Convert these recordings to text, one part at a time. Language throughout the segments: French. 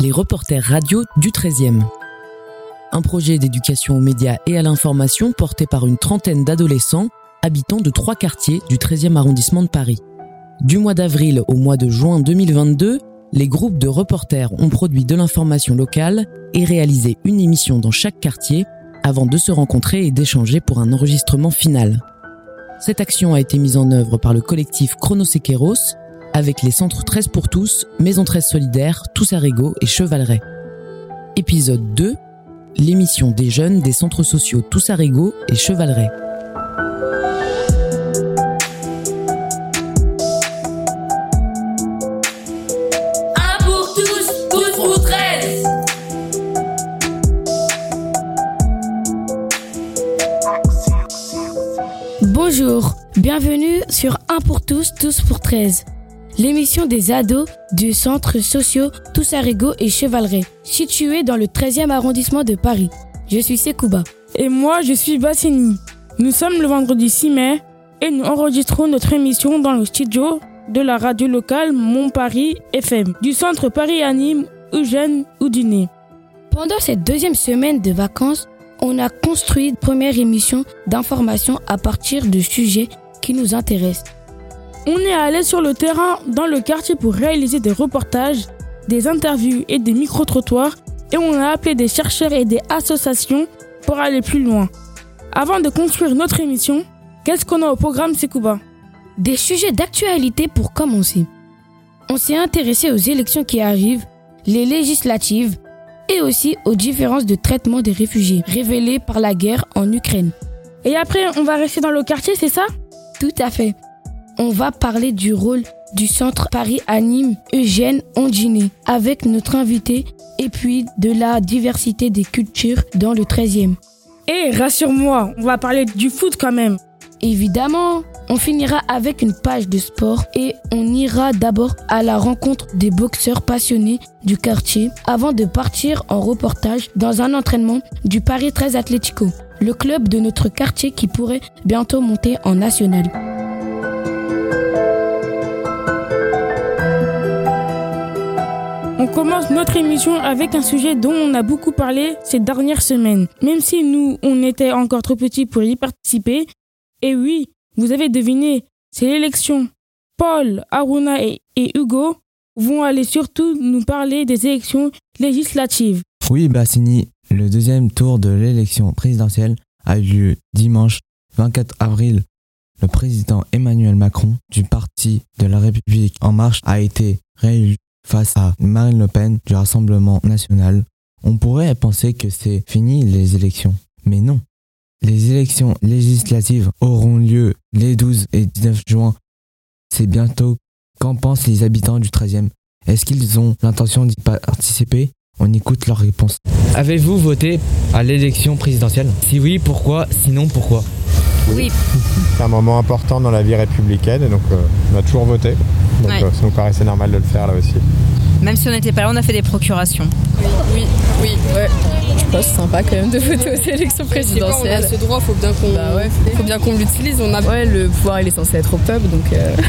les reporters radio du 13e. Un projet d'éducation aux médias et à l'information porté par une trentaine d'adolescents habitants de 3 quartiers du 13e arrondissement de Paris. Du mois d'avril au mois de juin 2022, les groupes de reporters ont produit de l'information locale et réalisé une émission dans chaque quartier avant de se rencontrer et d'échanger pour un enregistrement final. Cette action a été mise en œuvre par le collectif Chronosequeros avec les centres 13 pour tous, Maison 13 solidaire, Tous à Régo et Chevaleret. Épisode 2, l'émission des jeunes des centres sociaux Tous à Régo et Chevaleret. Bonjour, bienvenue sur 1 pour tous, tous pour 13, l'émission des ados du centre sociaux Tous à Régo et Chevaleret, situé dans le 13e arrondissement de Paris. Je suis Sekouba. Et moi, je suis Bassini. Nous sommes le vendredi 6 mai et nous enregistrons notre émission dans le studio de la radio locale Mon Paris FM, du centre Paris-Anime Eugène Houdinier. Pendant cette deuxième semaine de vacances, on a construit une première émission d'information à partir de sujets qui nous intéressent. On est allé sur le terrain dans le quartier pour réaliser des reportages, des interviews et des micro-trottoirs et on a appelé des chercheurs et des associations pour aller plus loin. Avant de construire notre émission, qu'est-ce qu'on a au programme, Sekouba ? Des sujets d'actualité pour commencer. On s'est intéressé aux élections qui arrivent, les législatives, et aussi aux différences de traitement des réfugiés révélées par la guerre en Ukraine. Et après, on va rester dans le quartier, c'est ça ? Tout à fait. On va parler du rôle du centre Paris-Anime Eugène Houdinier avec notre invité et puis de la diversité des cultures dans le 13e. Et rassure-moi, on va parler du foot quand même. Évidemment, on finira avec une page de sport et on ira d'abord à la rencontre des boxeurs passionnés du quartier avant de partir en reportage dans un entraînement du Paris 13 Atlético, le club de notre quartier qui pourrait bientôt monter en national. On commence notre émission avec un sujet dont on a beaucoup parlé ces dernières semaines, même si nous, on était encore trop petits pour y participer. Et oui, vous avez deviné, c'est l'élection. Paul, Aruna et Hugo vont aller surtout nous parler des élections législatives. Oui, Bassini, le deuxième tour de l'élection présidentielle a eu lieu dimanche 24 avril. Le président Emmanuel Macron du Parti de la République En Marche a été réélu face à Marine Le Pen du Rassemblement National. On pourrait penser que c'est fini les élections, mais non. Les élections législatives auront lieu les 12 et 19 juin. C'est bientôt. Qu'en pensent les habitants du 13e ? Est-ce qu'ils ont l'intention d'y participer ? On écoute leurs réponses. Avez-vous voté à l'élection présidentielle ? Si oui, pourquoi ? Sinon, pourquoi ? Oui. C'est un moment important dans la vie républicaine et donc on a toujours voté. Donc ça nous paraissait normal de le faire là aussi. Même si on n'était pas là, on a fait des procurations. Oui, ouais. Je pense que c'est sympa quand même de voter aux élections présidentielles. On a ce droit, faut bien qu'on l'utilise. Le pouvoir il est censé être au peuple, donc.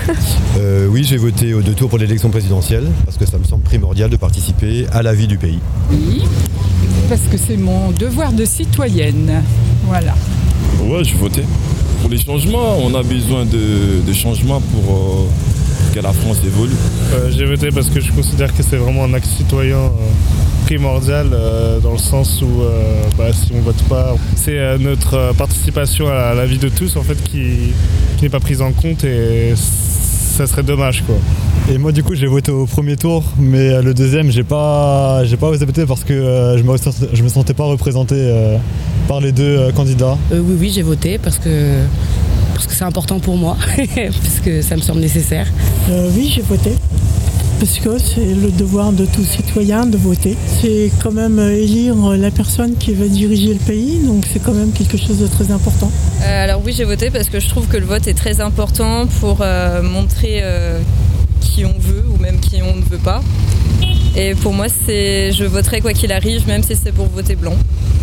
Oui, j'ai voté aux 2 tours pour l'élection présidentielle parce que ça me semble primordial de participer à la vie du pays. Oui, parce que c'est mon devoir de citoyenne. Voilà. Ouais, j'ai voté. Pour les changements, on a besoin de changements pour que la France évolue. J'ai voté parce que je considère que c'est vraiment un acte citoyen primordial dans le sens où si on vote pas, c'est notre participation à la vie de tous en fait qui n'est pas prise en compte et ça serait dommage quoi. Et moi du coup j'ai voté au premier tour, mais le deuxième j'ai pas osé voter parce que je me sentais pas représenté par les 2 candidats. Oui j'ai voté parce que c'est important pour moi, parce que ça me semble nécessaire. Oui j'ai voté. Parce que c'est le devoir de tout citoyen de voter. C'est quand même élire la personne qui va diriger le pays, donc c'est quand même quelque chose de très important. Alors oui, j'ai voté parce que je trouve que le vote est très important pour montrer qui on veut ou même qui on ne veut pas. Et pour moi, je voterai quoi qu'il arrive, même si c'est pour voter blanc.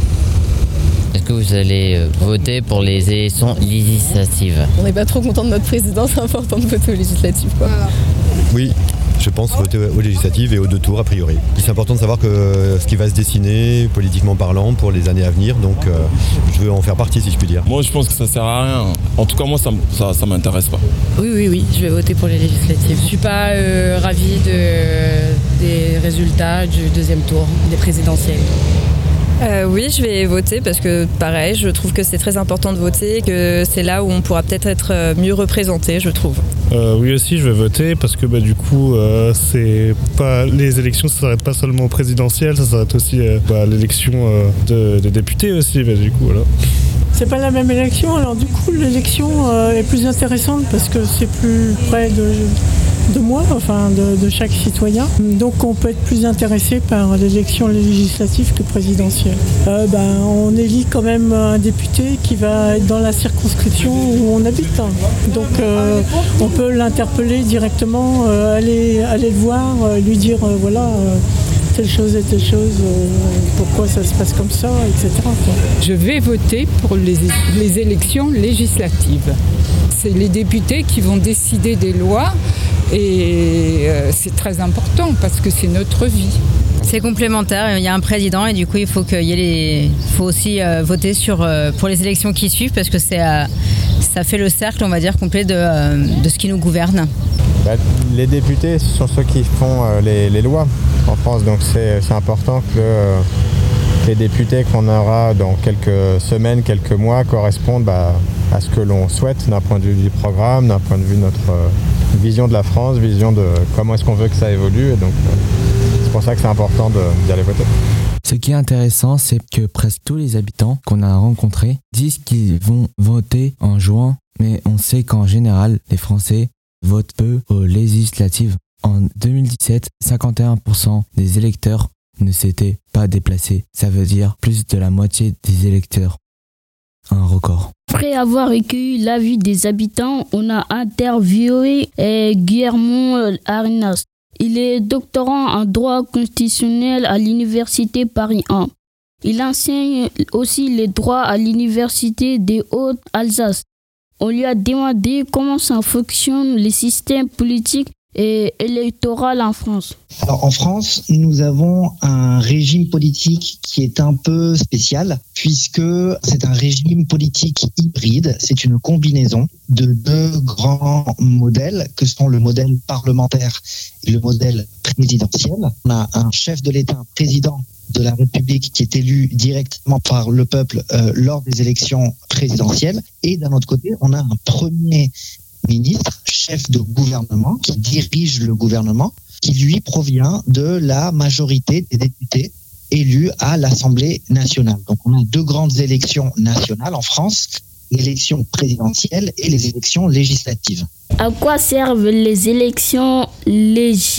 Est-ce que vous allez voter pour les élections législatives ? On n'est pas trop content de notre président, c'est important de voter aux législatives, quoi. Oui, je pense voter aux législatives et aux 2 tours a priori. Et c'est important de savoir que ce qui va se dessiner politiquement parlant pour les années à venir, donc je veux en faire partie si je puis dire. Moi je pense que ça sert à rien. En tout cas moi ça m'intéresse pas. Oui, je vais voter pour les législatives. Je suis pas ravie des résultats du 2e tour des présidentielles. Oui, je vais voter parce que pareil, je trouve que c'est très important de voter, que c'est là où on pourra peut-être être mieux représenté, je trouve. Oui aussi, je vais voter parce que du coup, c'est pas les élections, ça s'arrête pas seulement au présidentiel, ça s'arrête aussi l'élection de députés aussi. Du coup, voilà. C'est pas la même élection, alors du coup l'élection est plus intéressante parce que c'est plus près de moi, enfin de chaque citoyen. Donc on peut être plus intéressé par l'élection législative que présidentielle. On élit quand même un député qui va être dans la circonscription où on habite. Donc on peut l'interpeller directement, aller le voir, lui dire telle chose et telle chose, pourquoi ça se passe comme ça, etc. Je vais voter pour les élections législatives. C'est les députés qui vont décider des lois et c'est très important parce que c'est notre vie. C'est complémentaire, il y a un président et du coup il faut aussi voter pour les élections qui suivent parce que ça fait le cercle, on va dire, complet de ce qui nous gouverne. Les députés sont ceux qui font les lois en France, donc c'est important que les députés qu'on aura dans quelques semaines, quelques mois correspondent à ce que l'on souhaite d'un point de vue du programme, d'un point de vue de notre vision de la France, vision de comment est-ce qu'on veut que ça évolue, et donc c'est pour ça que c'est important d'y aller voter. Ce qui est intéressant, c'est que presque tous les habitants qu'on a rencontrés disent qu'ils vont voter en juin, mais on sait qu'en général, les Français votent peu aux législatives. En 2017, 51% des électeurs ne s'étaient pas déplacés. Ça veut dire plus de la moitié des électeurs. Un record. Après avoir recueilli l'avis des habitants, on a interviewé Guillermo Arenas. Il est doctorant en droit constitutionnel à l'université Paris 1. Il enseigne aussi les droits à l'université des Hautes-Alsace. On lui a demandé comment ça fonctionne les systèmes politiques et électoral en France. Alors en France, nous avons un régime politique qui est un peu spécial puisque c'est un régime politique hybride. C'est une combinaison de 2 grands modèles que sont le modèle parlementaire et le modèle présidentiel. On a un chef de l'État, un président de la République qui est élu directement par le peuple lors des élections présidentielles. Et d'un autre côté, on a un premier ministre, chef de gouvernement, qui dirige le gouvernement, qui lui provient de la majorité des députés élus à l'Assemblée nationale. Donc on a 2 grandes élections nationales en France, l'élection présidentielle et les élections législatives. À quoi servent les élections législatives ?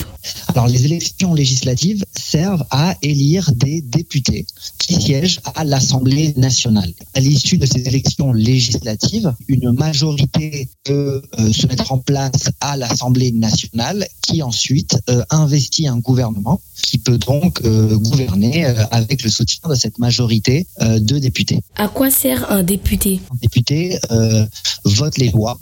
Alors, les élections législatives servent à élire des députés qui siègent à l'Assemblée nationale. À l'issue de ces élections législatives, une majorité peut se mettre en place à l'Assemblée nationale qui ensuite investit un gouvernement qui peut donc gouverner avec le soutien de cette majorité de députés. À quoi sert un député ? Un député vote les lois.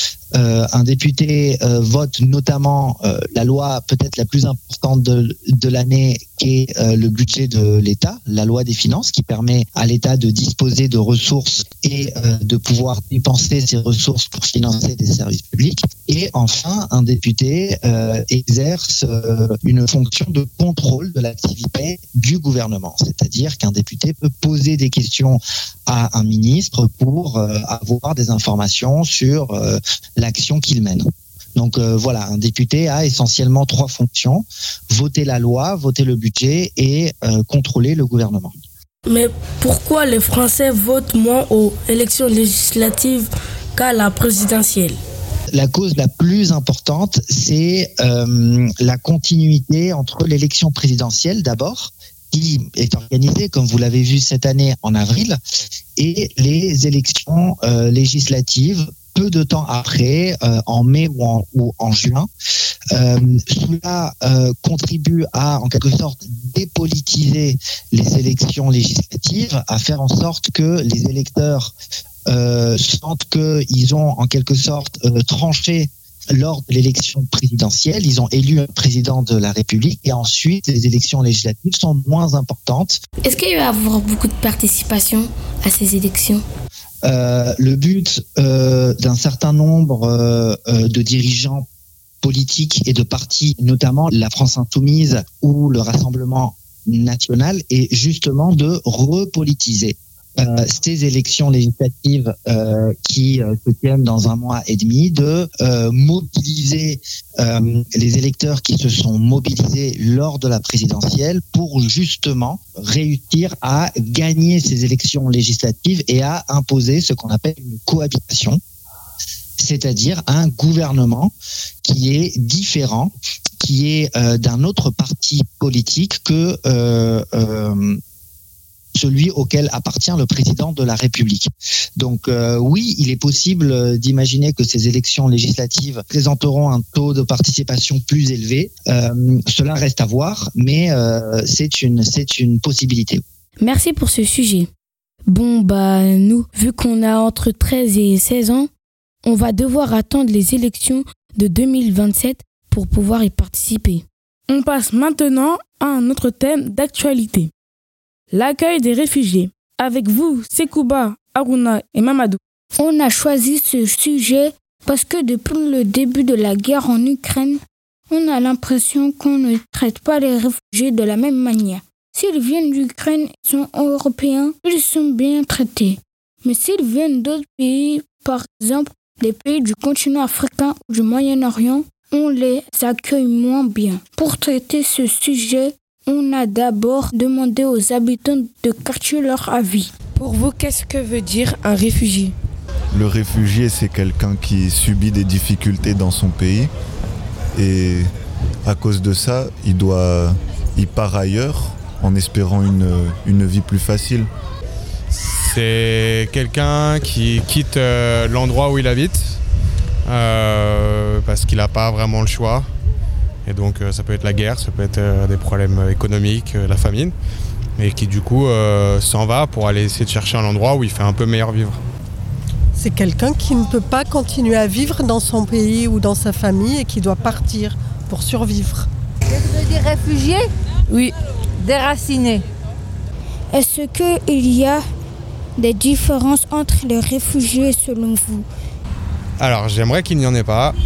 Un député vote notamment la loi peut-être la plus importante de l'année qui est le budget de l'État, la loi des finances qui permet à l'État de disposer de ressources et de pouvoir dépenser ces ressources pour financer des services publics. Et enfin, un député exerce une fonction de contrôle de l'activité du gouvernement. C'est-à-dire qu'un député peut poser des questions à un ministre pour avoir des informations sur l'action qu'il mène. Donc voilà, un député a essentiellement 3 fonctions: voter la loi, voter le budget et contrôler le gouvernement. Mais pourquoi les Français votent moins aux élections législatives qu'à la présidentielle ? La cause la plus importante, c'est la continuité entre l'élection présidentielle d'abord, qui est organisée, comme vous l'avez vu cette année en avril, et les élections législatives peu de temps après, en mai ou en juin. Cela contribue à, en quelque sorte, dépolitiser les élections législatives, à faire en sorte que les électeurs sentent qu'ils ont, en quelque sorte, tranché lors de l'élection présidentielle, ils ont élu un président de la République et ensuite les élections législatives sont moins importantes. Est-ce qu'il va y avoir beaucoup de participation à ces élections ? Le but d'un certain nombre de dirigeants politiques et de partis, notamment la France Insoumise ou le Rassemblement national, est justement de repolitiser ces élections législatives qui se tiennent dans 1 mois et demi, de mobiliser les électeurs qui se sont mobilisés lors de la présidentielle pour justement réussir à gagner ces élections législatives et à imposer ce qu'on appelle une cohabitation, c'est-à-dire un gouvernement qui est différent, qui est d'un autre parti politique que celui auquel appartient le président de la République. Donc oui, il est possible d'imaginer que ces élections législatives présenteront un taux de participation plus élevé. Cela reste à voir, mais c'est une possibilité. Merci pour ce sujet. Bon, nous, vu qu'on a entre 13 et 16 ans, on va devoir attendre les élections de 2027 pour pouvoir y participer. On passe maintenant à un autre thème d'actualité. L'accueil des réfugiés. Avec vous, Sekouba, Aruna et Mamadou. On a choisi ce sujet parce que depuis le début de la guerre en Ukraine, on a l'impression qu'on ne traite pas les réfugiés de la même manière. S'ils viennent d'Ukraine et sont européens, ils sont bien traités. Mais s'ils viennent d'autres pays, par exemple des pays du continent africain ou du Moyen-Orient, on les accueille moins bien. Pour traiter ce sujet, on a d'abord demandé aux habitants de quartier leur avis. Pour vous, qu'est-ce que veut dire un réfugié ? Le réfugié, c'est quelqu'un qui subit des difficultés dans son pays et à cause de ça, il part ailleurs en espérant une vie plus facile. C'est quelqu'un qui quitte l'endroit où il habite parce qu'il n'a pas vraiment le choix. Et donc ça peut être la guerre, ça peut être des problèmes économiques, la famine, et qui du coup s'en va pour aller essayer de chercher un endroit où il fait un peu meilleur vivre. C'est quelqu'un qui ne peut pas continuer à vivre dans son pays ou dans sa famille et qui doit partir pour survivre. Vous voulez dire réfugié ? Oui. Déraciné. Est-ce qu'il y a des différences entre les réfugiés selon vous ? Alors j'aimerais qu'il n'y en ait pas,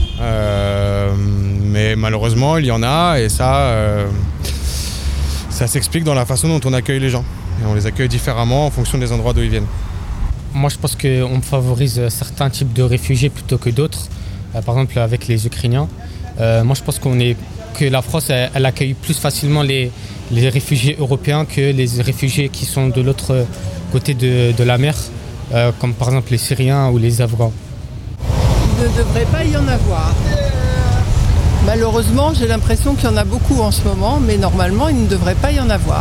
mais malheureusement il y en a et ça s'explique dans la façon dont on accueille les gens. Et on les accueille différemment en fonction des endroits d'où ils viennent. Moi je pense qu'on favorise certains types de réfugiés plutôt que d'autres, par exemple avec les Ukrainiens. Moi je pense que la France elle accueille plus facilement les réfugiés européens que les réfugiés qui sont de l'autre côté de la mer, comme par exemple les Syriens ou les Afghans. Il ne devrait pas y en avoir. Malheureusement, j'ai l'impression qu'il y en a beaucoup en ce moment, mais normalement, il ne devrait pas y en avoir.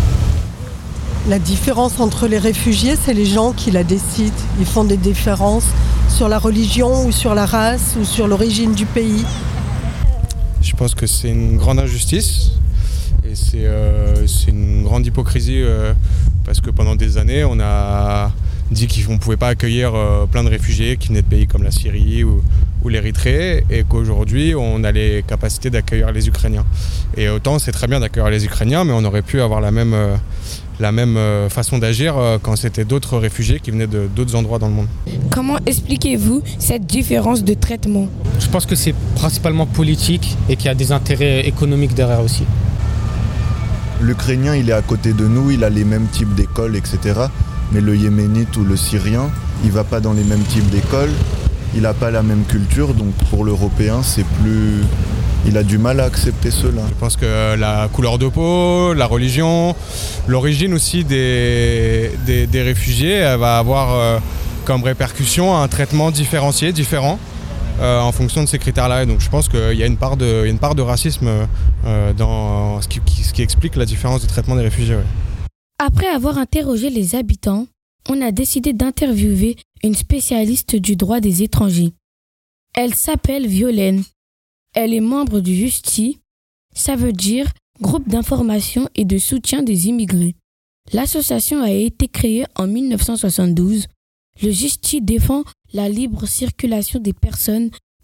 La différence entre les réfugiés, c'est les gens qui la décident. Ils font des différences sur la religion ou sur la race ou sur l'origine du pays. Je pense que c'est une grande injustice et c'est une grande hypocrisie parce que pendant des années, on a dit qu'on ne pouvait pas accueillir plein de réfugiés qui venaient de pays comme la Syrie ou l'Érythrée et qu'aujourd'hui on a les capacités d'accueillir les Ukrainiens. Et autant c'est très bien d'accueillir les Ukrainiens, mais on aurait pu avoir la même façon d'agir quand c'était d'autres réfugiés qui venaient d'autres endroits dans le monde. Comment expliquez-vous cette différence de traitement ? Je pense que c'est principalement politique et qu'il y a des intérêts économiques derrière aussi. L'Ukrainien, il est à côté de nous, il a les mêmes types d'écoles, etc. Mais le Yéménite ou le Syrien, il ne va pas dans les mêmes types d'écoles, il n'a pas la même culture, donc pour l'Européen, il a du mal à accepter cela. Je pense que la couleur de peau, la religion, l'origine aussi des réfugiés, elle va avoir comme répercussion un traitement différencié, différent, en fonction de ces critères-là. Et donc je pense qu'il y a une part de racisme dans ce qui explique la différence de traitement des réfugiés. Ouais. Après avoir interrogé les habitants, on a décidé d'interviewer une spécialiste du droit des étrangers. Elle s'appelle Violaine. Elle est membre du JUSTI, ça veut dire Groupe d'information et de soutien des immigrés. L'association a été créée en 1972. Le JUSTI défend la libre circulation des personnes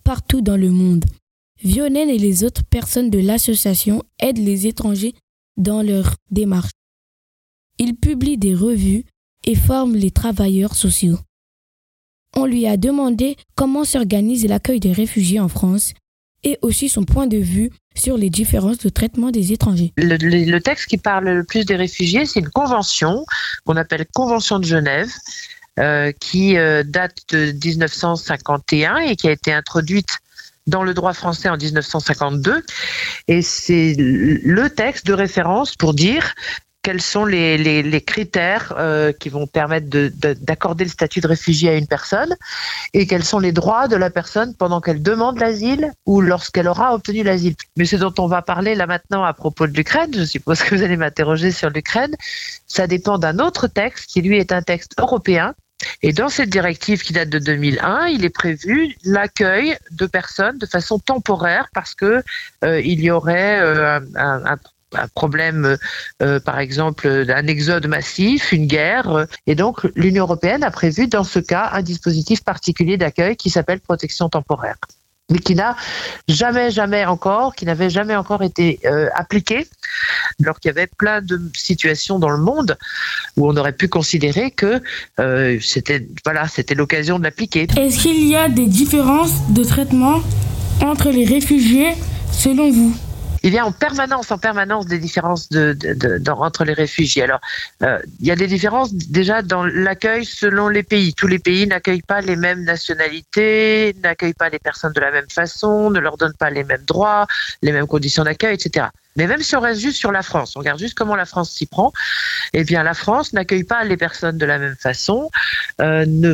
partout dans le monde. Vionen et les autres personnes de l'association aident les étrangers dans leur démarche. Ils publient des revues et forment les travailleurs sociaux. On lui a demandé comment s'organise l'accueil des réfugiés en France et aussi son point de vue sur les différences de traitement des étrangers. Le texte qui parle le plus des réfugiés, c'est une convention qu'on appelle Convention de Genève, qui date de 1951 et qui a été introduite dans le droit français en 1952. Et c'est le texte de référence pour dire quels sont les critères qui vont permettre d'accorder le statut de réfugié à une personne et quels sont les droits de la personne pendant qu'elle demande l'asile ou lorsqu'elle aura obtenu l'asile. Mais ce dont on va parler là maintenant à propos de l'Ukraine, je suppose que vous allez m'interroger sur l'Ukraine, ça dépend d'un autre texte qui lui est un texte européen. Et dans cette directive qui date de 2001, il est prévu l'accueil de personnes de façon temporaire parce que il y aurait un problème, par exemple, d'un exode massif, une guerre. Et donc, l'Union européenne a prévu, dans ce cas, un dispositif particulier d'accueil qui s'appelle protection temporaire, mais qui n'avait jamais encore été appliqué, alors qu'il y avait plein de situations dans le monde où on aurait pu considérer que c'était l'occasion de l'appliquer. Est-ce qu'il y a des différences de traitement entre les réfugiés, selon vous ? Il y a en permanence des différences entre les réfugiés. Alors, il y a des différences déjà dans l'accueil selon les pays. Tous les pays n'accueillent pas les mêmes nationalités, n'accueillent pas les personnes de la même façon, ne leur donnent pas les mêmes droits, les mêmes conditions d'accueil, etc. Mais même si on reste juste sur la France, on regarde juste comment la France s'y prend, eh bien la France n'accueille pas les personnes de la même façon, ne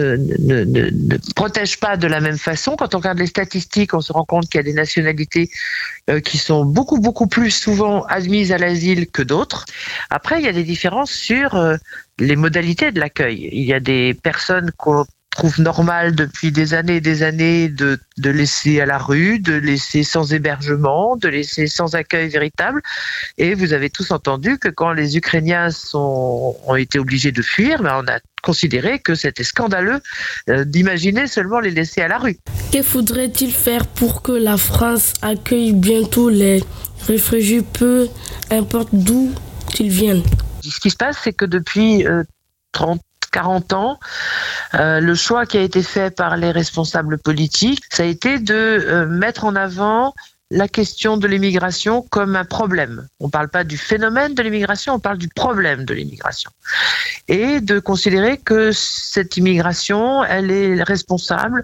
protège pas de la même façon. Quand on regarde les statistiques, on se rend compte qu'il y a des nationalités qui sont beaucoup plus souvent admises à l'asile que d'autres. Après, il y a des différences sur les modalités de l'accueil. Il y a des personnes qu'on trouve normal depuis des années et des années de laisser à la rue, de laisser sans hébergement, de laisser sans accueil véritable. Et vous avez tous entendu que quand les Ukrainiens ont été obligés de fuir, on a considéré que c'était scandaleux d'imaginer seulement les laisser à la rue. Que faudrait-il faire pour que la France accueille bientôt les réfugiés, peu importe d'où ils viennent ? Ce qui se passe, c'est que depuis 40 ans, le choix qui a été fait par les responsables politiques, ça a été de mettre en avant la question de l'immigration comme un problème. On ne parle pas du phénomène de l'immigration, on parle du problème de l'immigration. Et de considérer que cette immigration, elle est responsable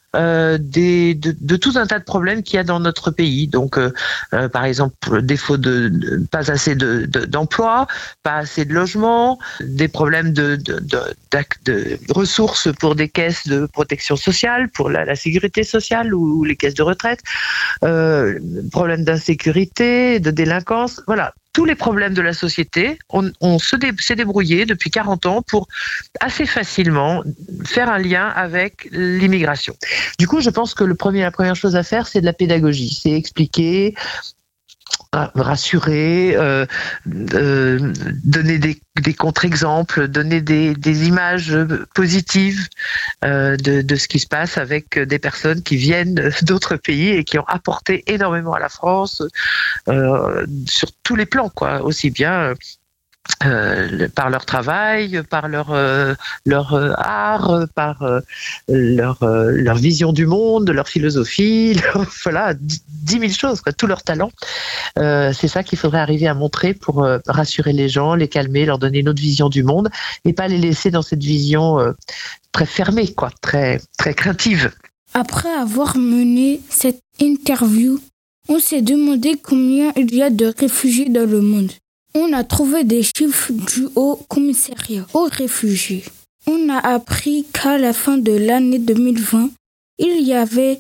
de tout un tas de problèmes qu'il y a dans notre pays. Donc, par exemple, défaut pas assez d'emploi, pas assez de logement, des problèmes de ressources pour des caisses de protection sociale, pour la sécurité sociale ou les caisses de retraite, problèmes d'insécurité, de délinquance, voilà. Tous les problèmes de la société, on s'est débrouillé depuis 40 ans pour assez facilement faire un lien avec l'immigration. Du coup, je pense que la première chose à faire, c'est de la pédagogie. C'est expliquer, rassurer, donner des contre-exemples, donner des images positives de ce qui se passe avec des personnes qui viennent d'autres pays et qui ont apporté énormément à la France sur tous les plans, quoi, aussi bien par leur travail, par leur art, par leur vision du monde, leur philosophie, voilà, 10 000 choses, quoi, tout leur talent. C'est ça qu'il faudrait arriver à montrer pour rassurer les gens, les calmer, leur donner une autre vision du monde et pas les laisser dans cette vision très fermée, quoi, très craintive. Après avoir mené cette interview, on s'est demandé combien il y a de réfugiés dans le monde. On a trouvé des chiffres du Haut Commissariat aux réfugiés. On a appris qu'à la fin de l'année 2020, il y avait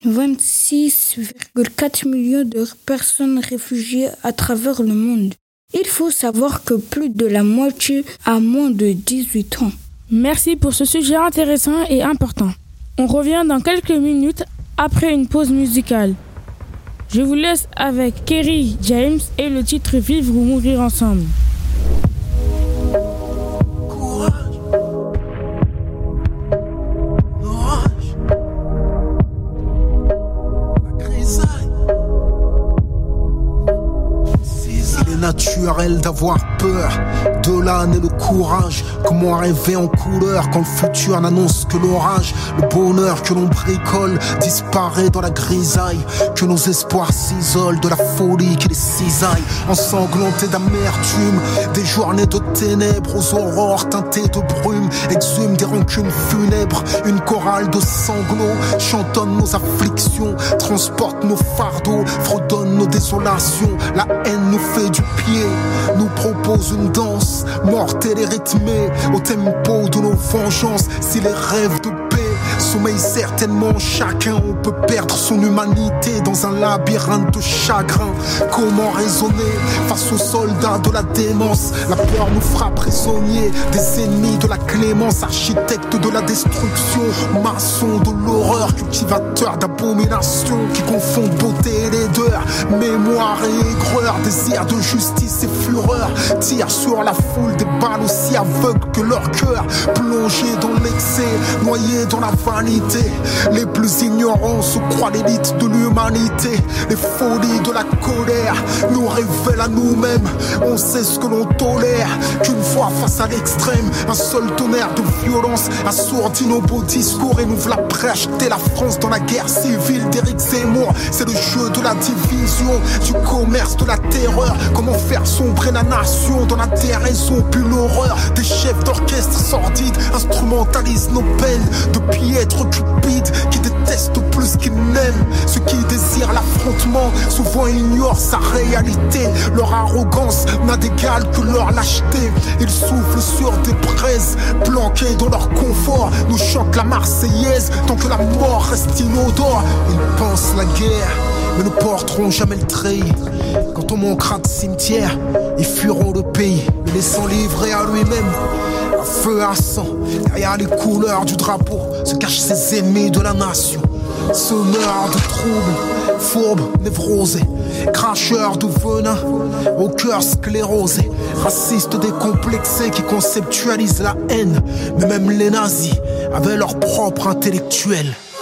26,4 millions de personnes réfugiées à travers le monde. Il faut savoir que plus de la moitié a moins de 18 ans. Merci pour ce sujet intéressant et important. On revient dans quelques minutes après une pause musicale. Je vous laisse avec Kerry James et le titre Vivre ou mourir ensemble. naturel d'avoir peur. De là naît le courage. Comment rêver en couleur quand le futur n'annonce que l'orage? Le bonheur que l'on bricole disparaît dans la grisaille. Que nos espoirs s'isolent de la folie qui les cisaille. Ensanglantés d'amertume, des journées de ténèbres aux aurores teintées de brume, exhument des rancunes funèbres. Une chorale de sanglots chantonne nos afflictions, transporte nos fardeaux, fredonne nos désolations. La haine nous fait du pied, nous propose une danse mortelle et rythmée au tempo de nos vengeances. Si les rêves de paix sommeillent certainement chacun, on peut perdre son humanité dans un labyrinthe de chagrin. Comment raisonner face aux soldats de la démence? La peur nous fera prisonniers des ennemis de la clémence, architectes de la destruction, maçons de l'horreur, cultivateurs d'abomination qui confondent beauté et laideur, mémoire et aigreur, désir de justice et fureur, tirent sur la foule des balles aussi aveugles que leur cœur, plongés dans l'excès, noyés dans la vanité. Les plus ignorants se croient l'élite de l'humanité. Les folies de la colère nous révèlent à nous-mêmes. On sait ce que l'on tolère, qu'une fois face à l'extrême, un seul tonnerre de violence assourdit nos beaux discours et nous voilà prêts à jeter la France dans la guerre civile d'Éric Zemmour. C'est le jeu de la division, du commerce, de la terreur. Comment faire sombrer la nation dans la déraison puis l'horreur. Des chefs d'orchestre sordides instrumentalisent nos peines de piètres cupides qui détestent plus qu'ils n'aiment. Ceux qui désirent l'affrontement souvent ignorent sa réalité. Leur arrogance n'a d'égal que leur lâcheté. Ils soufflent sur des braises planquées dans leur confort, nous chantent la Marseillaise tant que la mort reste inodore. Ils pensent la guerre mais ne porteront jamais le treillis. Quand on manquera de cimetière, ils fuiront le pays, le laissant livrer à lui-même. À feu à sang, derrière les couleurs du drapeau se cachent ses ennemis de la nation. Semeurs de troubles, fourbes, névrosés, cracheurs de venin, au cœur sclérosé, racistes décomplexés qui conceptualisent la haine. Mais même les nazis avaient leur propre intellectuel.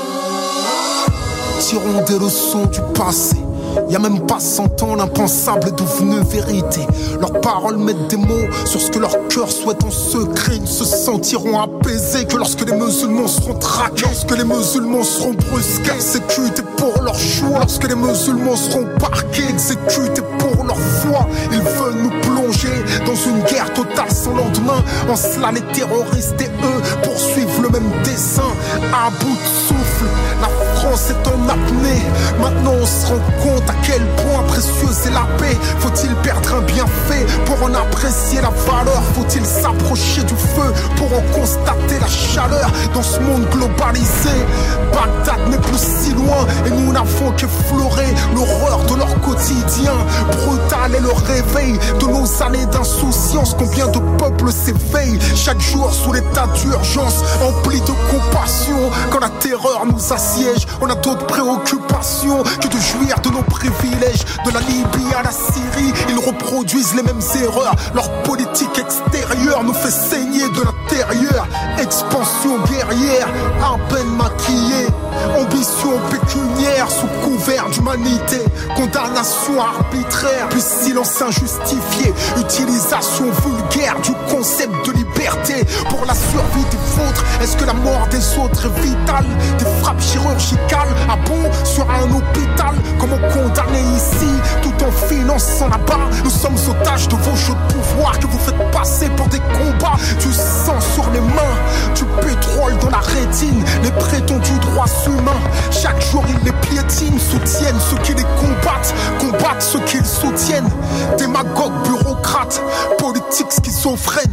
Tirons des leçons du passé. Y'a même pas 100 ans, l'impensable est devenu vérité. Leurs paroles mettent des mots sur ce que leur cœur souhaite en secret. Ils ne se sentiront apaisés que lorsque les musulmans seront traqués, lorsque les musulmans seront brusqués, exécutés pour leur choix, lorsque les musulmans seront parqués, exécutés pour leur foi. Ils veulent nous plonger dans une guerre totale sans lendemain. En cela les terroristes et eux poursuivent le même dessein. À bout de souffle, la France est en apnée. Maintenant on se rend compte à quel point précieuse est la paix. Faut-il perdre un bienfait pour en apprécier la valeur? Faut-il s'approcher du feu pour en constater la chaleur? Dans ce monde globalisé, Bagdad n'est plus si loin et nous n'avons qu'effleuré l'horreur de leur quotidien. Brutal est le réveil de nos années d'insouciance. Combien de peuples s'éveillent chaque jour sous l'état d'urgence, empli de compassion. Quand la terreur nous assiège, on a d'autres préoccupations que de jouir de nos privilèges. De la Libye à la Syrie, ils reproduisent les mêmes erreurs. Leur politique extérieure nous fait saigner de l'intérieur. Expansion guerrière, à peine maquillée. Ambition pécuniaire sous couvert d'humanité. Condamnation arbitraire, puis silence injustifié. Utilisation vulgaire du concept de liberté pour la survie des vôtres. Est-ce que la mort des autres est vitale? Des frappes chirurgicales à bon sur un hôpital? Comment condamner ici tout en finançant là-bas? Nous sommes otages de vos jeux de pouvoir que vous faites passer pour des combats. Du sang sur les mains, du pétrole dans la rétine. Les prétendus droits humains, chaque jour ils les piétinent. Soutiennent ceux qui les combattent, combattent ceux qu'ils soutiennent. Démagogues, bureaucrates, politiques schizophrènes.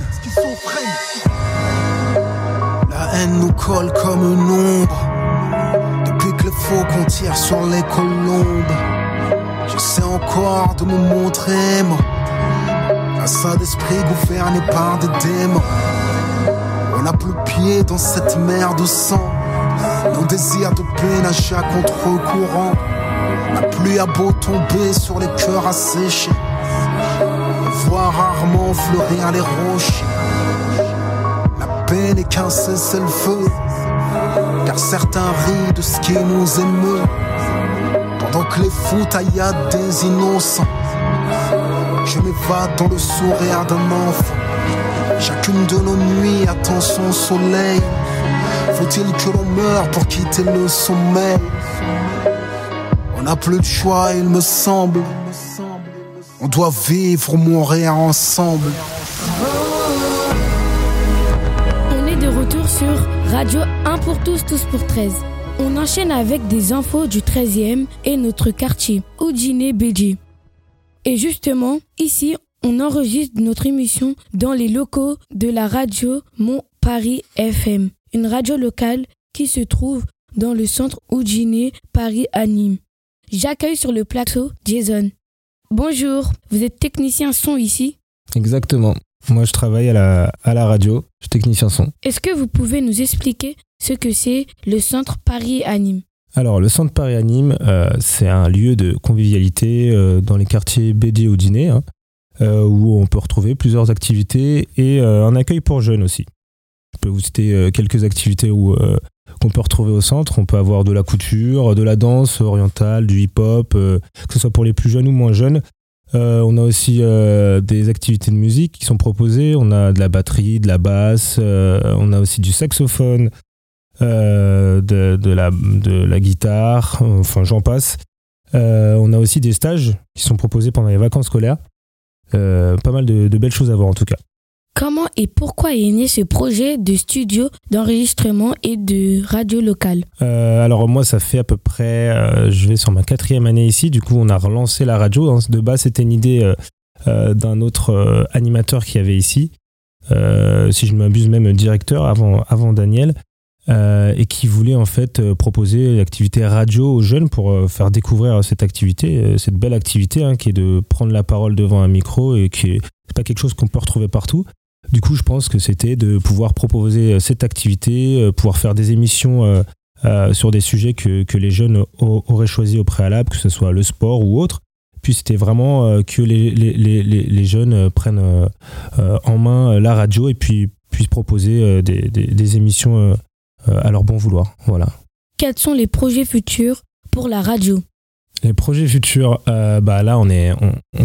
La haine nous colle comme une ombre. Depuis que le faucon tire sur les colombes, j'essaie encore de me montrer moi, un saint d'esprit gouverné par des démons. On n'a plus pied dans cette mer de sang. Nos désirs de paix nagent à contre-courant. La pluie a beau tomber sur les cœurs asséchés, on voit rarement fleurir les rochers. La paix n'est qu'un cessez-le-feu, car certains rient de ce qui nous émeut, pendant que les fous tailladent des innocents. Je m'évade dans le sourire d'un enfant. Chacune de nos nuits attend son soleil. Faut-il que l'on meure pour quitter le sommeil? On n'a plus de choix, il me semble. On doit vivre ou mourir ensemble. On est de retour sur Radio 1 pour tous, tous pour 13. On enchaîne avec des infos du 13e et notre quartier, Oudjiné-Bédji. Et justement, ici, on enregistre notre émission dans les locaux de la radio Mont Paris FM, une radio locale qui se trouve dans le centre Oudjiné, Paris à Nîmes. J'accueille sur le plateau Jason. Bonjour, vous êtes technicien son ici? Exactement. Moi, je travaille à la radio, je suis technicien son. Est-ce que vous pouvez nous expliquer ce que c'est le centre Paris à Nîmes? Alors, le centre Paris à Nîmes, c'est un lieu de convivialité dans les quartiers Bédji et Oudjiné, où on peut retrouver plusieurs activités et un accueil pour jeunes aussi. Je peux vous citer quelques activités qu'on peut retrouver au centre. On peut avoir de la couture, de la danse orientale, du hip-hop, que ce soit pour les plus jeunes ou moins jeunes. On a aussi des activités de musique qui sont proposées. On a de la batterie, de la basse, on a aussi du saxophone, de la guitare, enfin j'en passe. On a aussi des stages qui sont proposés pendant les vacances scolaires. Pas mal de belles choses à voir en tout cas. Comment et pourquoi est né ce projet de studio d'enregistrement et de radio locale? Alors moi, ça fait à peu près, je vais sur ma 4e année ici. Du coup, on a relancé la radio. De base, c'était une idée d'un autre animateur qui avait ici, si je ne m'abuse même directeur avant Daniel, et qui voulait en fait proposer l'activité radio aux jeunes pour faire découvrir cette activité, cette belle activité qui est de prendre la parole devant un micro et qui c'est pas quelque chose qu'on peut retrouver partout. Du coup, je pense que c'était de pouvoir proposer cette activité, pouvoir faire des émissions sur des sujets que les jeunes auraient choisi au préalable, que ce soit le sport ou autre. Puis c'était vraiment que les jeunes prennent en main la radio et puis puissent proposer des émissions à leur bon vouloir. Voilà. Quels sont les projets futurs pour la radio? Les projets futurs, là on est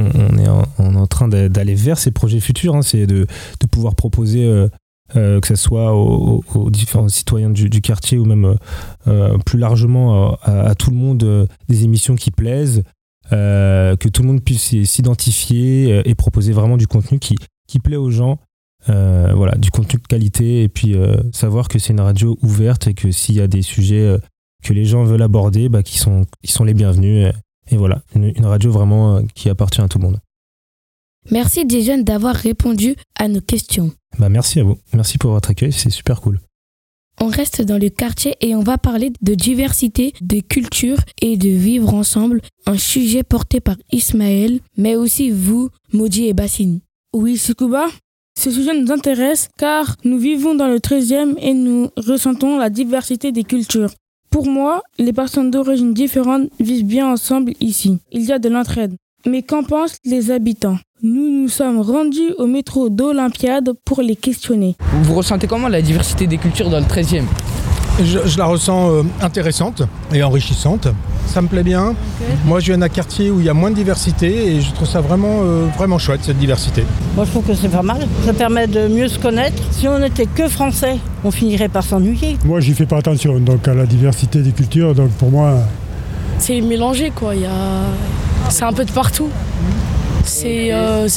en train d'aller vers ces projets futurs, c'est de pouvoir proposer que ce soit aux différents citoyens du quartier ou même plus largement à tout le monde des émissions qui plaisent, que tout le monde puisse s'identifier et proposer vraiment du contenu qui plaît aux gens, du contenu de qualité et puis savoir que c'est une radio ouverte et que s'il y a des sujets que les gens veulent aborder, qui sont les bienvenus. Et voilà, une radio vraiment qui appartient à tout le monde. Merci Jason d'avoir répondu à nos questions. Merci à vous. Merci pour votre accueil, c'est super cool. On reste dans le quartier et on va parler de diversité, de culture et de vivre ensemble. Un sujet porté par Ismaël, mais aussi vous, Maudie et Bassine. Oui, Sekouba, ce sujet nous intéresse car nous vivons dans le 13e et nous ressentons la diversité des cultures. Pour moi, les personnes d'origine différentes vivent bien ensemble ici. Il y a de l'entraide. Mais qu'en pensent les habitants? Nous sommes rendus au métro d'Olympiade pour les questionner. Vous ressentez comment la diversité des cultures dans le 13e? Je la ressens intéressante et enrichissante. Ça me plaît bien. Okay. Moi, je viens d'un quartier où il y a moins de diversité et je trouve ça vraiment chouette, cette diversité. Moi, je trouve que c'est pas mal. Ça permet de mieux se connaître. Si on n'était que français, on finirait par s'ennuyer. Moi, j'y fais pas attention donc à la diversité des cultures. Donc pour moi, c'est mélangé quoi. C'est un peu de partout. C'est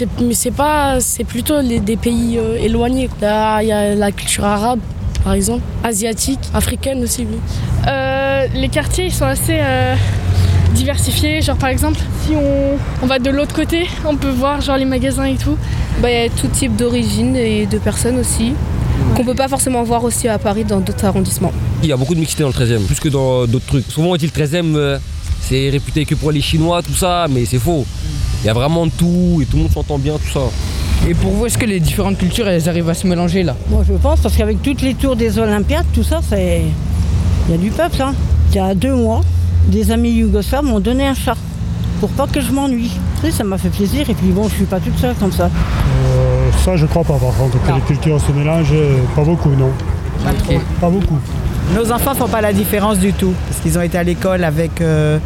plutôt des pays éloignés. Là, il y a la culture arabe. Par exemple, asiatique, africaine aussi, oui. Les quartiers, ils sont assez diversifiés. Genre, par exemple, si on va de l'autre côté, on peut voir genre les magasins et tout. Il y a tout type d'origine et de personnes aussi, qu'on peut pas forcément voir aussi à Paris dans d'autres arrondissements. Il y a beaucoup de mixité dans le 13e, plus que dans d'autres trucs. Souvent, on dit le 13e, c'est réputé que pour les Chinois, tout ça, mais c'est faux. Il y a vraiment de tout et tout le monde s'entend bien, tout ça. Et pour vous, est-ce que les différentes cultures, elles arrivent à se mélanger là? Moi, je pense, parce qu'avec toutes les tours des Olympiades, tout ça, il y a du peuple. Il y a 2 mois, des amis yougoslaves m'ont donné un chat pour pas que je m'ennuie. Ça m'a fait plaisir et puis bon, je suis pas toute seule comme ça. Ça, je crois pas par contre, que les cultures se mélangent. Pas beaucoup, non. Okay. Pas beaucoup. Nos enfants font pas la différence du tout, parce qu'ils ont été à l'école avec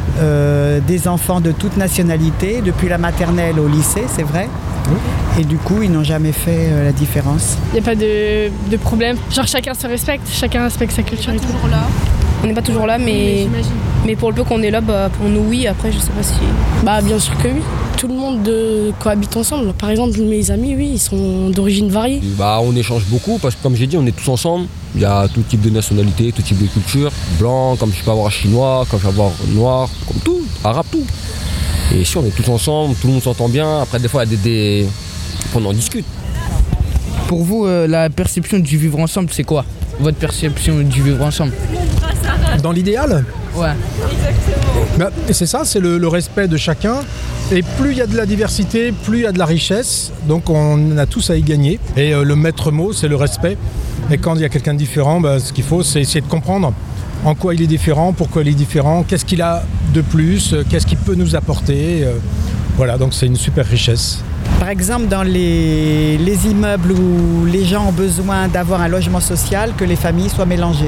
des enfants de toute nationalité, depuis la maternelle au lycée, c'est vrai. Et du coup, ils n'ont jamais fait la différence. Il n'y a pas de problème. Genre chacun se respecte, chacun respecte sa culture et tout. On n'est pas toujours là, mais pour le peu qu'on est là, pour nous, oui. Après, je sais pas si... Bien sûr que oui. Tout le monde cohabite ensemble. Par exemple, mes amis, oui, ils sont d'origine variée. On échange beaucoup parce que, comme j'ai dit, on est tous ensemble. Il y a tout type de nationalité, tout type de culture. Blanc, comme je peux avoir chinois, comme je peux avoir noir, comme tout, arabe, tout. Et ici, on est tous ensemble, tout le monde s'entend bien. Après, des fois, il y a on en discute. Pour vous, la perception du vivre ensemble, c'est quoi? Votre perception du vivre ensemble? Dans l'idéal? Ouais. Exactement. C'est ça, c'est le respect de chacun. Et plus il y a de la diversité, plus il y a de la richesse. Donc on a tous à y gagner. Et le maître mot, c'est le respect. Et quand il y a quelqu'un de différent, ce qu'il faut, c'est essayer de comprendre en quoi il est différent, pourquoi il est différent, qu'est-ce qu'il a de plus, qu'est-ce qu'il peut nous apporter. Voilà, donc c'est une super richesse. Par exemple, dans les immeubles où les gens ont besoin d'avoir un logement social, que les familles soient mélangées.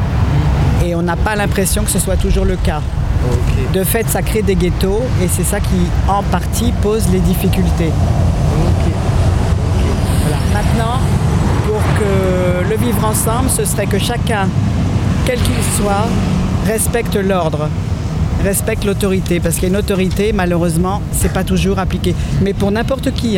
Et on n'a pas l'impression que ce soit toujours le cas. Okay. De fait, ça crée des ghettos et c'est ça qui, en partie, pose les difficultés. Okay. Voilà. Maintenant, pour que le vivre ensemble, ce serait que chacun, quel qu'il soit, respecte l'ordre, respecte l'autorité. Parce qu'il y a une autorité, malheureusement, c'est pas toujours appliqué. Mais pour n'importe qui,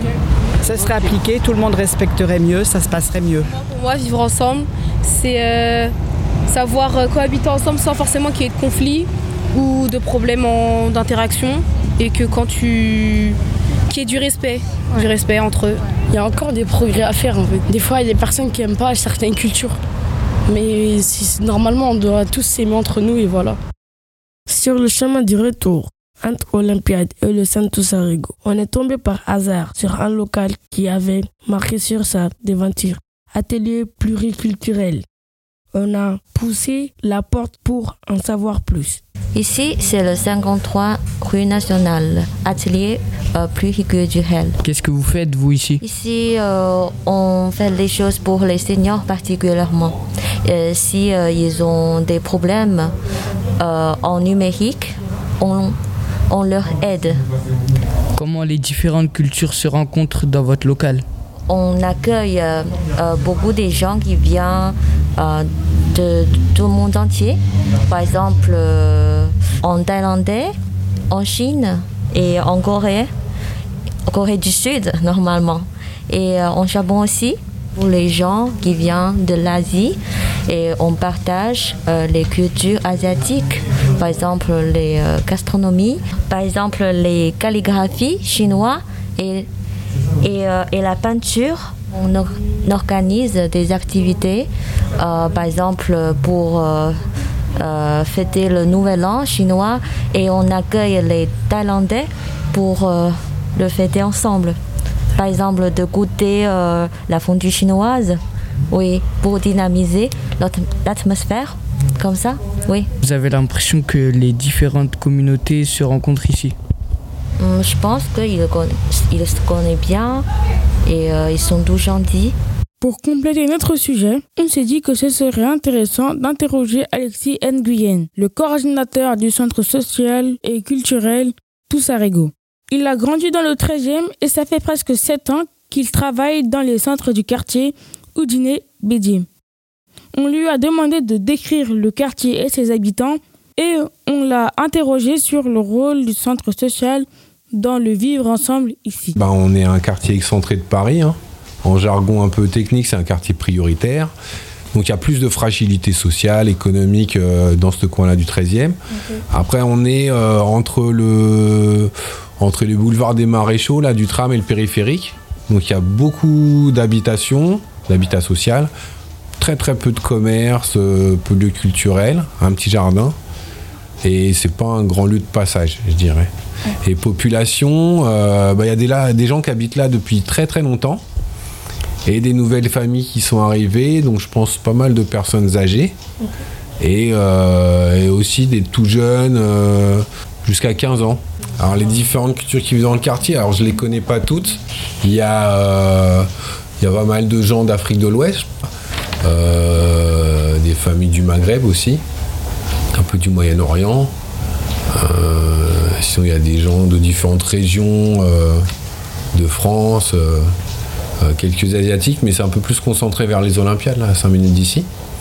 ça serait appliqué, tout le monde respecterait mieux, ça se passerait mieux. Pour moi, vivre ensemble, c'est savoir cohabiter ensemble sans forcément qu'il y ait de conflits ou de problèmes d'interaction. Et que qu'il y ait du respect entre eux. Il y a encore des progrès à faire en fait. Des fois, il y a des personnes qui n'aiment pas certaines cultures. Mais normalement, on doit tous s'aimer entre nous et voilà. Sur le chemin du retour entre Olympiade et le Santos Arrigo, on est tombé par hasard sur un local qui avait marqué sur sa devanture « Atelier pluriculturel ». On a poussé la porte pour en savoir plus. Ici, c'est le 53 rue Nationale, atelier pluriculturel. Qu'est-ce que vous faites, vous, ici? Ici, on fait les choses pour les seniors particulièrement. Si ils ont des problèmes en numérique, on leur aide. Comment les différentes cultures se rencontrent dans votre local? On accueille beaucoup de gens qui viennent de tout le monde entier. Par exemple, en Thaïlandais, en Chine et en Corée du Sud normalement. Et en Japon aussi, pour les gens qui viennent de l'Asie. Et on partage les cultures asiatiques, par exemple les gastronomies, par exemple les calligraphies chinoises et la peinture. On organise des activités, par exemple pour fêter le Nouvel An chinois et on accueille les Thaïlandais pour le fêter ensemble. Par exemple, de goûter la fondue chinoise, oui, pour dynamiser l'atmosphère, comme ça, oui. Vous avez l'impression que les différentes communautés se rencontrent ici? Je pense qu'ils se connaissent bien et ils sont tous gentils. Pour compléter notre sujet, on s'est dit que ce serait intéressant d'interroger Alexis Nguyen, le coordinateur du centre social et culturel Tous Arrigo. Il a grandi dans le 13e et ça fait presque 7 ans qu'il travaille dans les centres du quartier Oudiné-Bédié. On lui a demandé de décrire le quartier et ses habitants et on l'a interrogé sur le rôle du centre social dans le vivre ensemble ici. On est un quartier excentré de Paris. En jargon un peu technique, c'est un quartier prioritaire. Donc il y a plus de fragilité sociale, économique dans ce coin-là du 13e. Okay. Après, on est entre les boulevards des Maréchaux, là, du tram et le périphérique. Donc il y a beaucoup d'habitations, d'habitat social, très très peu de commerce, peu de lieux culturels, un petit jardin. Et c'est pas un grand lieu de passage, je dirais. Et population, y a des gens qui habitent là depuis très très longtemps. Et des nouvelles familles qui sont arrivées, donc je pense pas mal de personnes âgées. Okay. Et aussi des tout jeunes, jusqu'à 15 ans. Alors les différentes cultures qui vivent dans le quartier, alors je les connais pas toutes. Il y a pas mal de gens d'Afrique de l'Ouest, des familles du Maghreb aussi, un peu du Moyen-Orient. Sinon, il y a des gens de différentes régions de France, quelques Asiatiques, mais c'est un peu plus concentré vers les Olympiades, là, à 5 minutes d'ici.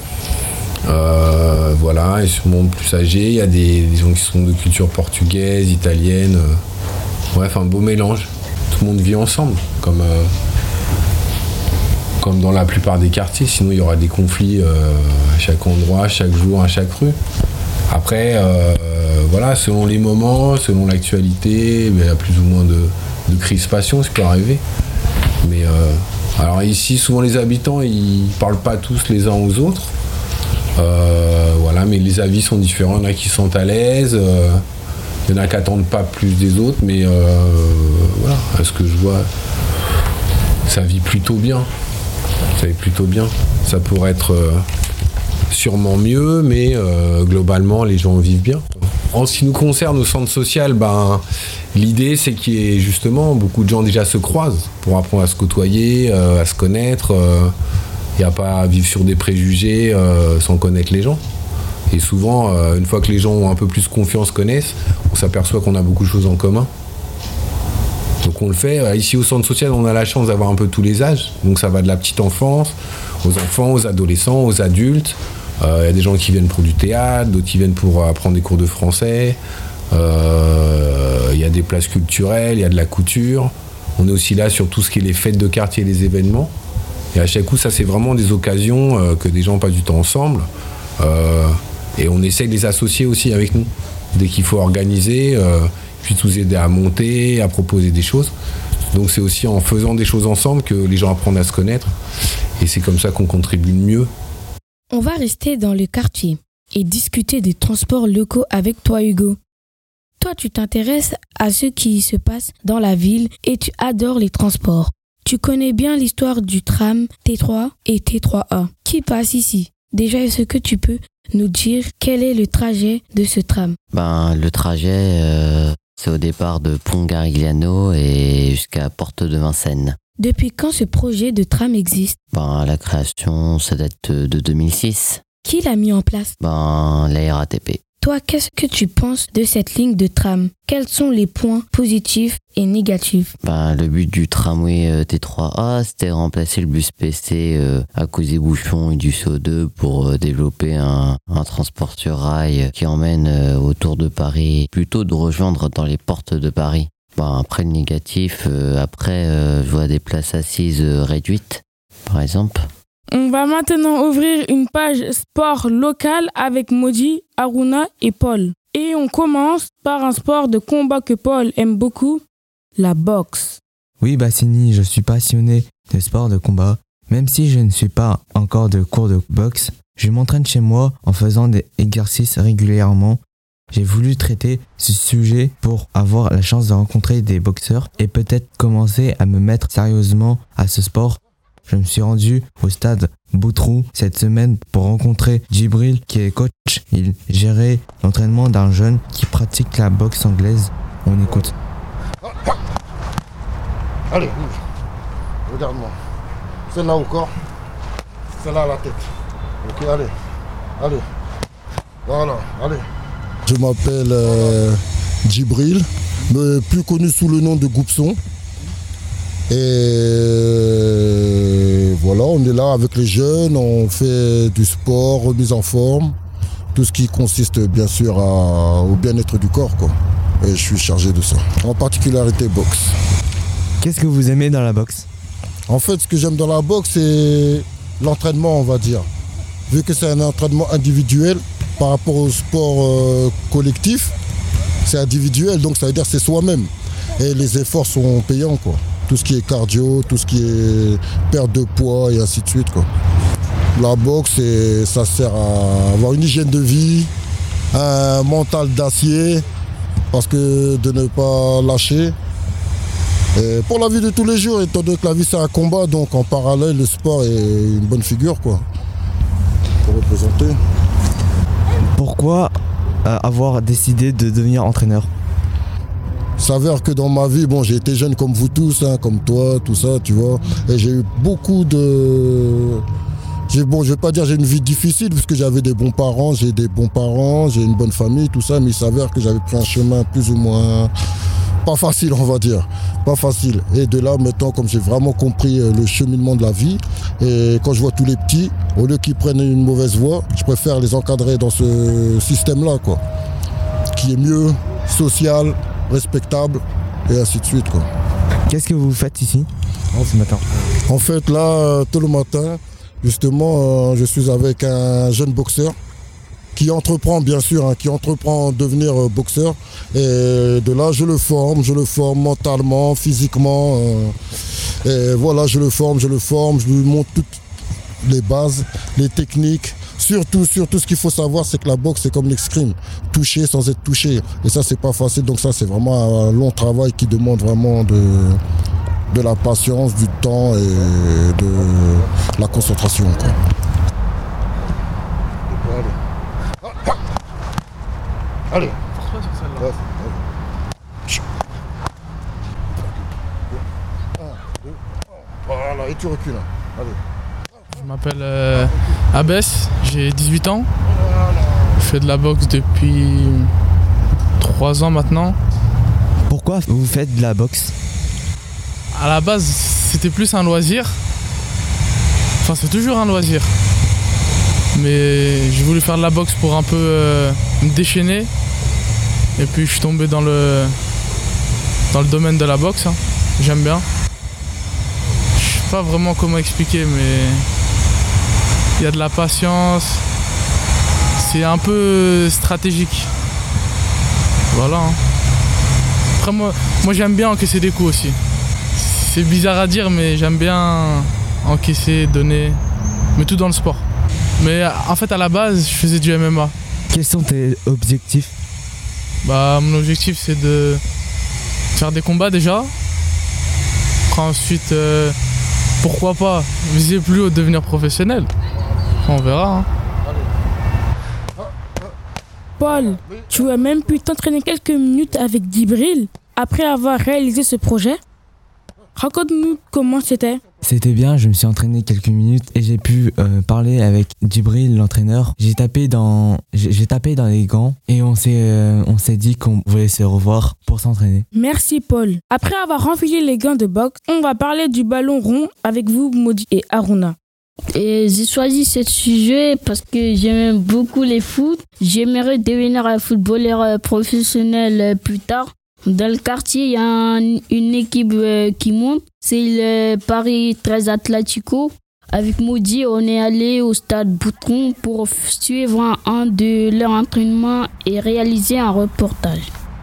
Voilà, et sur le monde plus âgé, il y a des gens qui sont de culture portugaise, italienne. Bref, un beau mélange. Tout le monde vit ensemble, comme dans la plupart des quartiers. Sinon, il y aura des conflits à chaque endroit, chaque jour, à chaque rue. Après, voilà, selon les moments, selon l'actualité, il y a plus ou moins de crispation, ce qui peut arriver. Mais alors ici, souvent les habitants, ils parlent pas tous les uns aux autres. Voilà, mais les avis sont différents. Il y en a qui sont à l'aise, il y en a qui n'attendent pas plus des autres, mais voilà, à ce que je vois, ça vit plutôt bien. Ça vit plutôt bien. Ça pourrait être sûrement mieux, mais globalement, les gens vivent bien. En ce qui nous concerne au centre social, l'idée c'est qu'il y ait justement beaucoup de gens déjà se croisent pour apprendre à se côtoyer, à se connaître. Il n'y a pas à vivre sur des préjugés sans connaître les gens. Et souvent, une fois que les gens ont un peu plus confiance, connaissent, on s'aperçoit qu'on a beaucoup de choses en commun. Donc on le fait. Ici au centre social, on a la chance d'avoir un peu tous les âges. Donc ça va de la petite enfance, aux enfants, aux adolescents, aux adultes. Il y a des gens qui viennent pour du théâtre, d'autres qui viennent pour apprendre des cours de français. Il y a des places culturelles, il y a de la couture. On est aussi là sur tout ce qui est les fêtes de quartier et les événements. Et à chaque coup, ça c'est vraiment des occasions que des gens passent du temps ensemble. Et on essaie de les associer aussi avec nous. Dès qu'il faut organiser, puis nous aider à monter, à proposer des choses. Donc c'est aussi en faisant des choses ensemble que les gens apprennent à se connaître. Et c'est comme ça qu'on contribue le mieux. On va rester dans le quartier et discuter des transports locaux avec toi, Hugo. Toi, tu t'intéresses à ce qui se passe dans la ville et tu adores les transports. Tu connais bien l'histoire du tram T3 et T3A qui passe ici. Déjà, est-ce que tu peux nous dire quel est le trajet de ce tram ? Le trajet, c'est au départ de Pont Garigliano et jusqu'à Porte de Vincennes. Depuis quand ce projet de tram existe ? La création, ça date de 2006. Qui l'a mis en place ? La RATP. Toi, qu'est-ce que tu penses de cette ligne de tram ? Quels sont les points positifs et négatifs ? Le but du tramway T3A, c'était remplacer le bus PC à cause des bouchons et du CO2 pour développer un transport sur rail qui emmène autour de Paris, plutôt de rejoindre dans les portes de Paris. Après le négatif, je vois des places assises réduites, par exemple. On va maintenant ouvrir une page sport local avec Maudit, Aruna et Paul. Et on commence par un sport de combat que Paul aime beaucoup, la boxe. Oui, Bassini, je suis passionné de sport de combat. Même si je ne suis pas encore de cours de boxe, je m'entraîne chez moi en faisant des exercices régulièrement. J'ai voulu traiter ce sujet pour avoir la chance de rencontrer des boxeurs et peut-être commencer à me mettre sérieusement à ce sport. Je me suis rendu au stade Boutroux cette semaine pour rencontrer Djibril qui est coach. Il gérait l'entraînement d'un jeune qui pratique la boxe anglaise. On écoute. Allez, bouge. Regarde-moi. Celle-là au corps. Celle-là à la tête. Ok, allez. Voilà, allez. Je m'appelle Djibril, plus connu sous le nom de Goupson. Et voilà, on est là avec les jeunes, on fait du sport, remise en forme, tout ce qui consiste bien sûr au bien-être du corps, quoi. Et je suis chargé de ça, en particularité boxe. Qu'est-ce que vous aimez dans la boxe ? En fait, ce que j'aime dans la boxe, c'est l'entraînement, on va dire. Vu que c'est un entraînement individuel par rapport au sport collectif, c'est individuel, donc ça veut dire que c'est soi-même. Et les efforts sont payants, quoi. Tout ce qui est cardio, tout ce qui est perte de poids et ainsi de suite, quoi. La boxe, ça sert à avoir une hygiène de vie, un mental d'acier, parce que de ne pas lâcher. Et pour la vie de tous les jours, étant donné que la vie c'est un combat, donc en parallèle, le sport est une bonne figure, quoi, pour représenter. Pourquoi avoir décidé de devenir entraîneur ? Il s'avère que dans ma vie, j'ai été jeune comme vous tous, comme toi, tout ça, tu vois. Et j'ai eu beaucoup de je vais pas dire j'ai une vie difficile, puisque j'avais des bons parents, j'ai une bonne famille, tout ça, mais il s'avère que j'avais pris un chemin plus ou moins pas facile, on va dire. Pas facile. Et de là, maintenant, comme j'ai vraiment compris le cheminement de la vie, et quand je vois tous les petits, au lieu qu'ils prennent une mauvaise voie, je préfère les encadrer dans ce système-là, quoi. Qui est mieux, social, respectable, et ainsi de suite, quoi. Qu'est-ce que vous faites ici ce matin? En fait, là, tout le matin, justement, je suis avec un jeune boxeur qui entreprend, bien sûr, qui entreprend devenir boxeur. Et de là, je le forme mentalement, physiquement. Et voilà, je le forme, je lui montre toutes les bases, les techniques. Surtout, ce qu'il faut savoir, c'est que la boxe, c'est comme l'escrime. Toucher sans être touché. Et ça, c'est pas facile. Donc ça, c'est vraiment un long travail qui demande vraiment de la patience, du temps et de la concentration, quoi. Allez. Voilà, et tu recules. Allez. Je m'appelle Abès, j'ai 18 ans. Je fais de la boxe depuis 3 ans maintenant. Pourquoi vous faites de la boxe? À la base, c'était plus un loisir. Enfin, c'est toujours un loisir. Mais j'ai voulu faire de la boxe pour un peu me déchaîner. Et puis je suis tombé dans le domaine de la boxe. J'aime bien. Je sais pas vraiment comment expliquer, mais il y a de la patience. C'est un peu stratégique. Voilà. Après moi j'aime bien encaisser des coups aussi. C'est bizarre à dire, mais j'aime bien encaisser, donner, mais tout dans le sport. Mais en fait, à la base, je faisais du MMA. Quels sont tes objectifs? Mon objectif, c'est de faire des combats déjà. Après, ensuite, pourquoi pas viser plus haut, devenir professionnel. On verra. Paul, tu as même pu t'entraîner quelques minutes avec Djibril après avoir réalisé ce projet. Raconte-nous comment c'était. C'était bien, je me suis entraîné quelques minutes et j'ai pu parler avec Djibril, l'entraîneur. J'ai tapé dans les gants et on s'est dit qu'on voulait se revoir pour s'entraîner. Merci Paul. Après avoir enfilé les gants de boxe, on va parler du ballon rond avec vous, Maudit et Aruna. Et j'ai choisi ce sujet parce que j'aime beaucoup les foot. J'aimerais devenir un footballeur professionnel plus tard. Dans le quartier, il y a une équipe qui monte. C'est le Paris 13 Atlético. Avec Maudit, on est allé au stade Boutron pour suivre un de leurs entraînements et réaliser un reportage.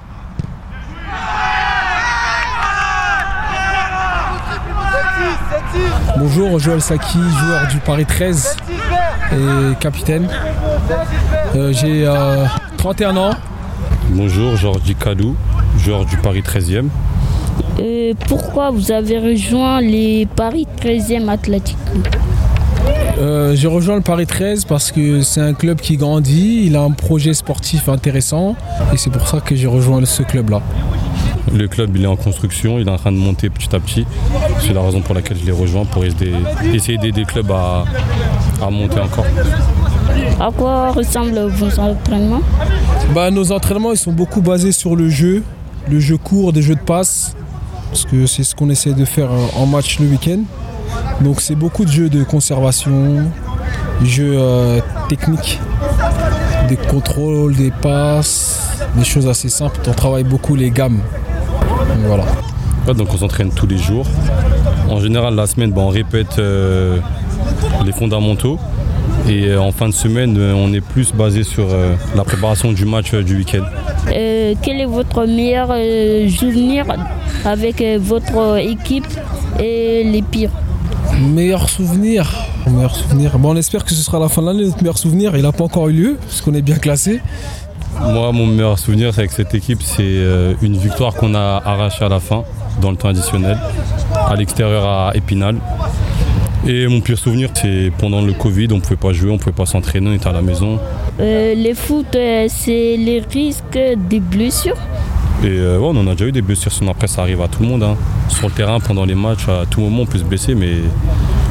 Bonjour, Joël Saki, joueur du Paris 13 et capitaine. J'ai 31 ans. Bonjour, Jordi Kalou, joueur du Paris 13e. Pourquoi vous avez rejoint les Paris 13e Atlético? J'ai rejoint le Paris 13 parce que c'est un club qui grandit, il a un projet sportif intéressant et c'est pour ça que j'ai rejoint ce club-là. Le club il est en construction, il est en train de monter petit à petit. C'est la raison pour laquelle je l'ai rejoint, pour essayer d'aider le club à monter encore. À quoi ressemblent vos entraînements? Nos entraînements ils sont beaucoup basés sur le jeu court, des jeux de passe, parce que c'est ce qu'on essaie de faire en match le week-end. Donc c'est beaucoup de jeux de conservation, jeux techniques, des contrôles, des passes, des choses assez simples. On travaille beaucoup les gammes. Voilà. Donc on s'entraîne tous les jours. En général la semaine on répète les fondamentaux. Et en fin de semaine, on est plus basé sur la préparation du match du week-end. Quel est votre meilleur souvenir avec votre équipe et les pires? Meilleur souvenir. On espère que ce sera la fin de l'année, notre meilleur souvenir. Il n'a pas encore eu lieu, parce qu'on est bien classé. Moi, mon meilleur souvenir avec cette équipe, c'est une victoire qu'on a arrachée à la fin, dans le temps additionnel, à l'extérieur à Épinal. Et mon pire souvenir, c'est pendant le Covid, on ne pouvait pas jouer, on ne pouvait pas s'entraîner, on était à la maison. Les foot, c'est les risques des blessures? Et on en a déjà eu des blessures, sinon après ça arrive à tout le monde. Sur le terrain, pendant les matchs, à tout moment on peut se blesser, mais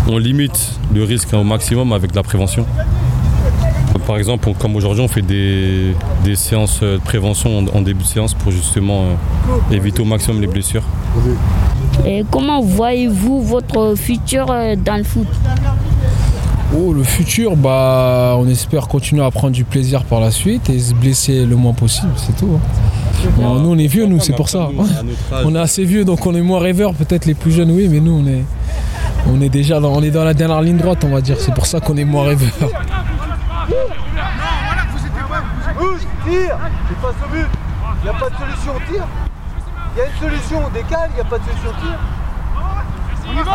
on limite le risque au maximum avec de la prévention. Par exemple, comme aujourd'hui, on fait des séances de prévention en début de séance pour justement éviter au maximum les blessures. Et comment voyez-vous votre futur dans le foot ? Oh, le futur, on espère continuer à prendre du plaisir par la suite et se blesser le moins possible, c'est tout. Nous, on est vieux, c'est pour ça. On est assez vieux, donc on est moins rêveurs. Peut-être les plus jeunes, oui, mais nous, on est déjà dans la dernière ligne droite, on va dire. C'est pour ça qu'on est moins rêveurs. Bouge, tire, tu passes au but. Il n'y a pas de solution, tire. Il y a une solution, on décale, il n'y a pas de solution, tire. On y va,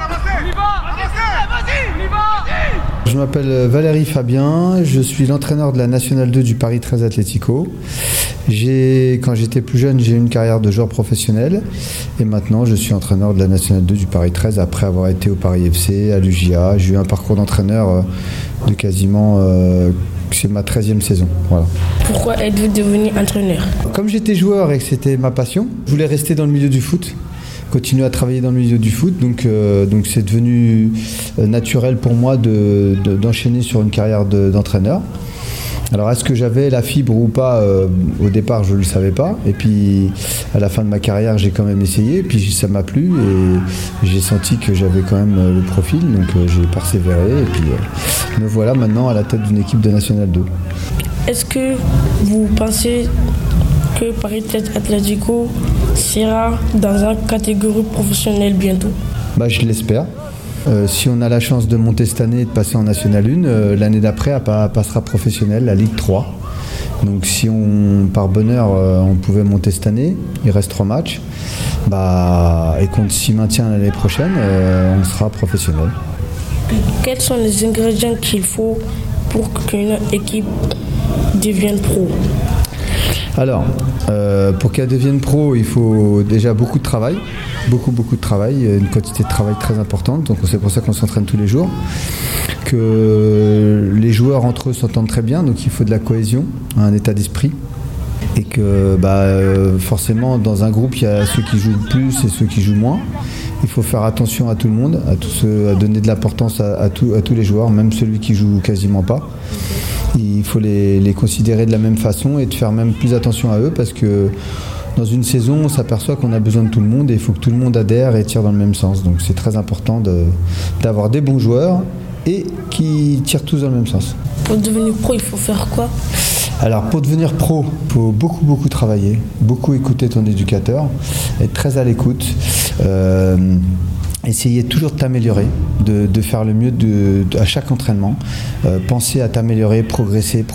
vas-y. Je m'appelle Valérie Fabien, je suis l'entraîneur de la Nationale 2 du Paris 13 Atlético. Quand j'étais plus jeune, j'ai eu une carrière de joueur professionnel et maintenant je suis entraîneur de la Nationale 2 du Paris 13 après avoir été au Paris FC, à l'UJA. J'ai eu un parcours d'entraîneur de quasiment... c'est ma 13e saison. Voilà. Pourquoi êtes-vous devenu entraîneur ? Comme j'étais joueur et que c'était ma passion, je voulais rester dans le milieu du foot, continuer à travailler dans le milieu du foot. Donc c'est devenu naturel pour moi d'enchaîner sur une carrière d'entraîneur. Alors est-ce que j'avais la fibre ou pas au départ, je ne le savais pas. Et puis à la fin de ma carrière, j'ai quand même essayé. Et puis ça m'a plu et j'ai senti que j'avais quand même le profil. Donc j'ai persévéré et puis me voilà maintenant à la tête d'une équipe de National 2. Est-ce que vous pensez que Paris 13 Atlético sera dans une catégorie professionnelle bientôt ? Je l'espère. Si on a la chance de monter cette année et de passer en National 1, l'année d'après, elle passera professionnelle, la Ligue 3. Donc si par bonheur, on pouvait monter cette année, il reste 3 matchs, et qu'on s'y maintient l'année prochaine, on sera professionnel. Quels sont les ingrédients qu'il faut pour qu'une équipe devienne pro ? Alors, pour qu'elle devienne pro, il faut déjà beaucoup de travail, beaucoup de travail, une quantité de travail très importante, donc c'est pour ça qu'on s'entraîne tous les jours, que les joueurs entre eux s'entendent très bien, donc il faut de la cohésion, un état d'esprit, et que forcément dans un groupe il y a ceux qui jouent plus et ceux qui jouent moins. Il faut faire attention à tout le monde, à donner de l'importance à tous les joueurs, même celui qui joue quasiment pas. Il faut les considérer de la même façon et de faire même plus attention à eux parce que dans une saison, on s'aperçoit qu'on a besoin de tout le monde et il faut que tout le monde adhère et tire dans le même sens. Donc c'est très important d'avoir des bons joueurs et qui tirent tous dans le même sens. Pour devenir pro, il faut faire quoi ? Alors pour devenir pro, il faut beaucoup travailler, beaucoup écouter ton éducateur, être très à l'écoute. Essayer toujours de t'améliorer, de faire le mieux à chaque entraînement, penser à t'améliorer, progresser.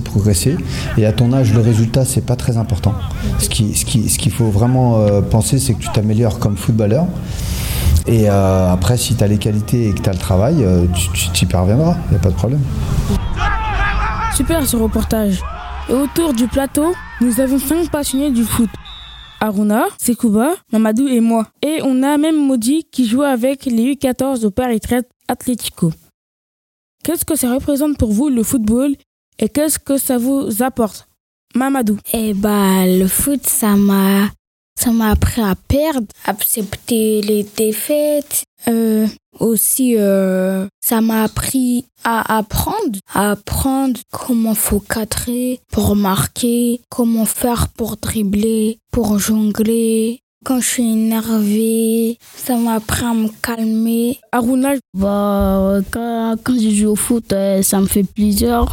Et à ton âge, le résultat, c'est pas très important. Ce qu'il faut vraiment penser, c'est que tu t'améliores comme footballeur. Et après, si tu as les qualités et que tu as le travail, tu y parviendras, il n'y a pas de problème. Super ce reportage. Et autour du plateau, nous avons 5 passionnés du foot. Aruna, Sekouba, Mamadou et moi. Et on a même Maudit qui joue avec les U14 au Paris 13 Atlético. Qu'est-ce que ça représente pour vous le football et qu'est-ce que ça vous apporte ? Mamadou. Le foot, ça m'a appris à perdre, à accepter les défaites. Aussi, ça m'a appris à apprendre comment faut cadrer pour marquer, comment faire pour dribbler, pour jongler. Quand je suis énervée, ça m'a appris à me calmer. Aruna, quand je joue au foot, ça me fait plaisir.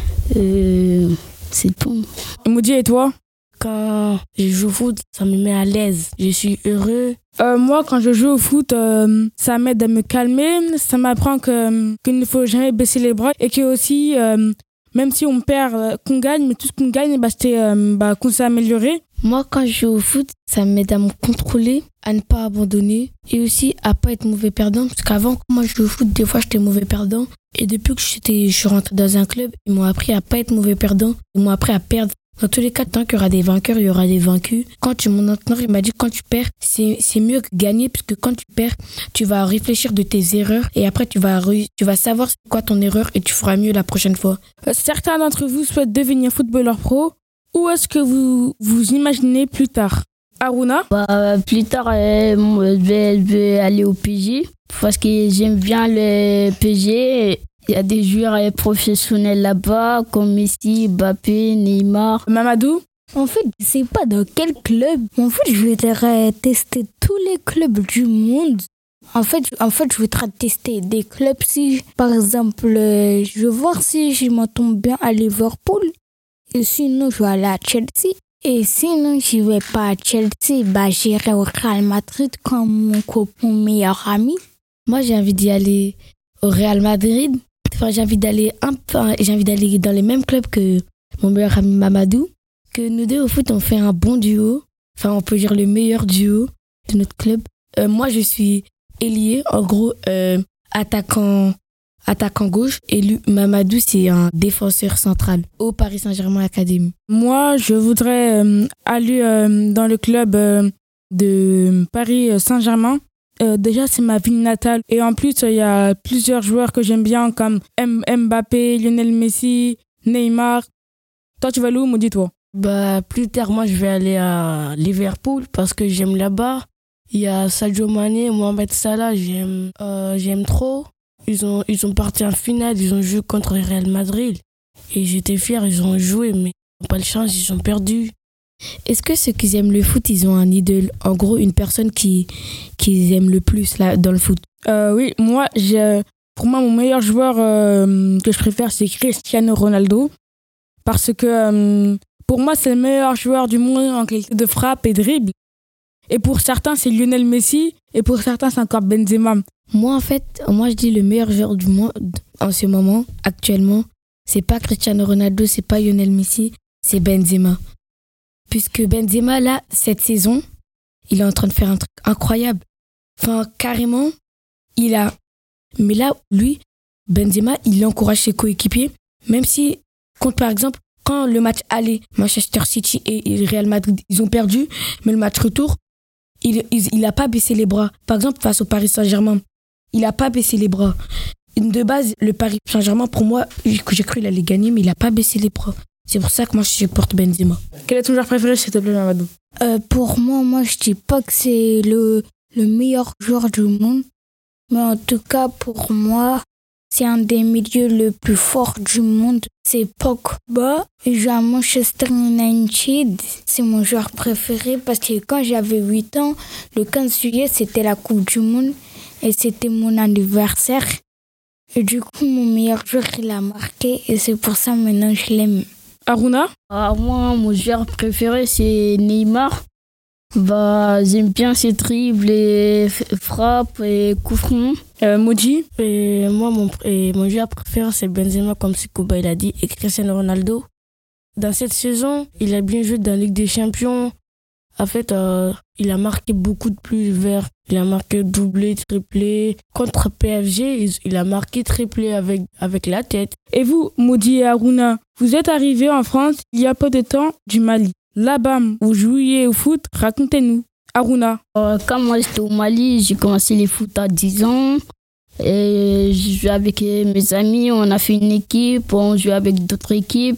C'est tout. Maudit, et toi ? Quand je joue au foot, ça me met à l'aise. Je suis heureux. Moi, quand je joue au foot, ça m'aide à me calmer. Ça m'apprend qu'il ne faut jamais baisser les bras et que aussi, même si on perd, qu'on gagne, mais tout ce qu'on gagne, c'est qu'on s'est amélioré. Moi, quand je joue au foot, ça m'aide à me contrôler, à ne pas abandonner et aussi à pas être mauvais perdant. Parce qu'avant, quand moi je jouais au foot, des fois, j'étais mauvais perdant. Et depuis que je suis rentré dans un club, ils m'ont appris à pas être mauvais perdant. Ils m'ont appris à perdre. Dans tous les cas, tant qu'il y aura des vainqueurs, il y aura des vaincus. Mon entraîneur, il m'a dit quand tu perds, c'est mieux que gagner, puisque quand tu perds, tu vas réfléchir de tes erreurs et après tu vas savoir c'est quoi ton erreur et tu feras mieux la prochaine fois. Certains d'entre vous souhaitent devenir footballeur pro. Où est-ce que vous imaginez plus tard ? Aruna? Plus tard, je vais aller au PG parce que j'aime bien le PG. Il y a des joueurs professionnels là-bas comme Messi, Mbappé, Neymar. Mamadou? En fait, je sais pas dans quel club. En fait, je voudrais tester tous les clubs du monde. En fait, je voudrais tester des clubs. Si, par exemple, je veux voir si je m'entends bien à Liverpool. Et sinon, je vais aller à Chelsea. Et sinon, je vais pas à Chelsea, j'irai au Real Madrid comme mon meilleur ami. Moi, j'ai envie d'y aller au Real Madrid. Enfin, j'ai envie d'aller dans les mêmes clubs que mon meilleur ami Mamadou. Que nous deux au foot, on fait un bon duo. Enfin, on peut dire le meilleur duo de notre club. Moi, je suis ailier, en gros, attaquant gauche. Et lui, Mamadou, c'est un défenseur central au Paris Saint-Germain Academy. Moi, je voudrais aller dans le club de Paris Saint-Germain. Déjà, c'est ma ville natale. Et en plus, il y a plusieurs joueurs que j'aime bien comme Mbappé, Lionel Messi, Neymar. Toi, tu vas aller où, Maudit, toi? Plus tard, moi, je vais aller à Liverpool parce que j'aime là-bas. Il y a Sadio Mané, Mohamed Salah, j'aime trop. Ils sont partis en finale, ils ont joué contre le Real Madrid. Et j'étais fier, ils ont joué, mais ils n'ont pas de chance, ils ont perdu. Est-ce que ceux qui aiment le foot, ils ont un idole? En gros, une personne qu'ils aiment le plus là, dans le foot? Oui, pour moi, mon meilleur joueur que je préfère, c'est Cristiano Ronaldo. Parce que pour moi, c'est le meilleur joueur du monde en qualité de frappe et dribble. Et pour certains, c'est Lionel Messi. Et pour certains, c'est encore Benzema. Moi, en fait, je dis le meilleur joueur du monde en ce moment, actuellement, c'est pas Cristiano Ronaldo, c'est pas Lionel Messi, c'est Benzema. Puisque Benzema, là, cette saison, il est en train de faire un truc incroyable. Enfin, carrément, Mais là, lui, Benzema, il encourage ses coéquipiers, même si, par exemple, quand le match allait, Manchester City et Real Madrid, ils ont perdu, mais le match retour, il n'a pas baissé les bras. Par exemple, face au Paris Saint-Germain, il n'a pas baissé les bras. De base, le Paris Saint-Germain, pour moi, j'ai cru qu'il allait gagner, mais il n'a pas baissé les bras. C'est pour ça que moi, je supporte Benzema. Quel est ton joueur préféré, s'il te plaît, Mamadou? Pour moi, je dis pas que c'est le meilleur joueur du monde. Mais en tout cas, pour moi, c'est un des milieux le plus fort du monde. C'est Pogba. Il joue à Manchester United. C'est mon joueur préféré parce que quand j'avais 8 ans, le 15 juillet, c'était la Coupe du Monde. Et c'était mon anniversaire. Et du coup, mon meilleur joueur, il a marqué. Et c'est pour ça, maintenant, je l'aime. Aruna? Moi, mon joueur préféré, c'est Neymar. J'aime bien ses dribbles, et frappes et coups francs. Moji? Et moi, mon joueur préféré, c'est Benzema, comme Sekouba il a dit, et Cristiano Ronaldo. Dans cette saison, il a bien joué dans la Ligue des Champions. En fait, il a marqué beaucoup de plus verts. Il a marqué doublé, triplé. Contre PSG, il a marqué triplé avec la tête. Et vous, Moji et Aruna, vous êtes arrivés en France il y a peu de temps du Mali. Là-bas, vous jouiez au foot, racontez-nous. Aruna? Quand moi j'étais au Mali, j'ai commencé les foot à 10 ans. Et je jouais avec mes amis, on a fait une équipe, on jouait avec d'autres équipes.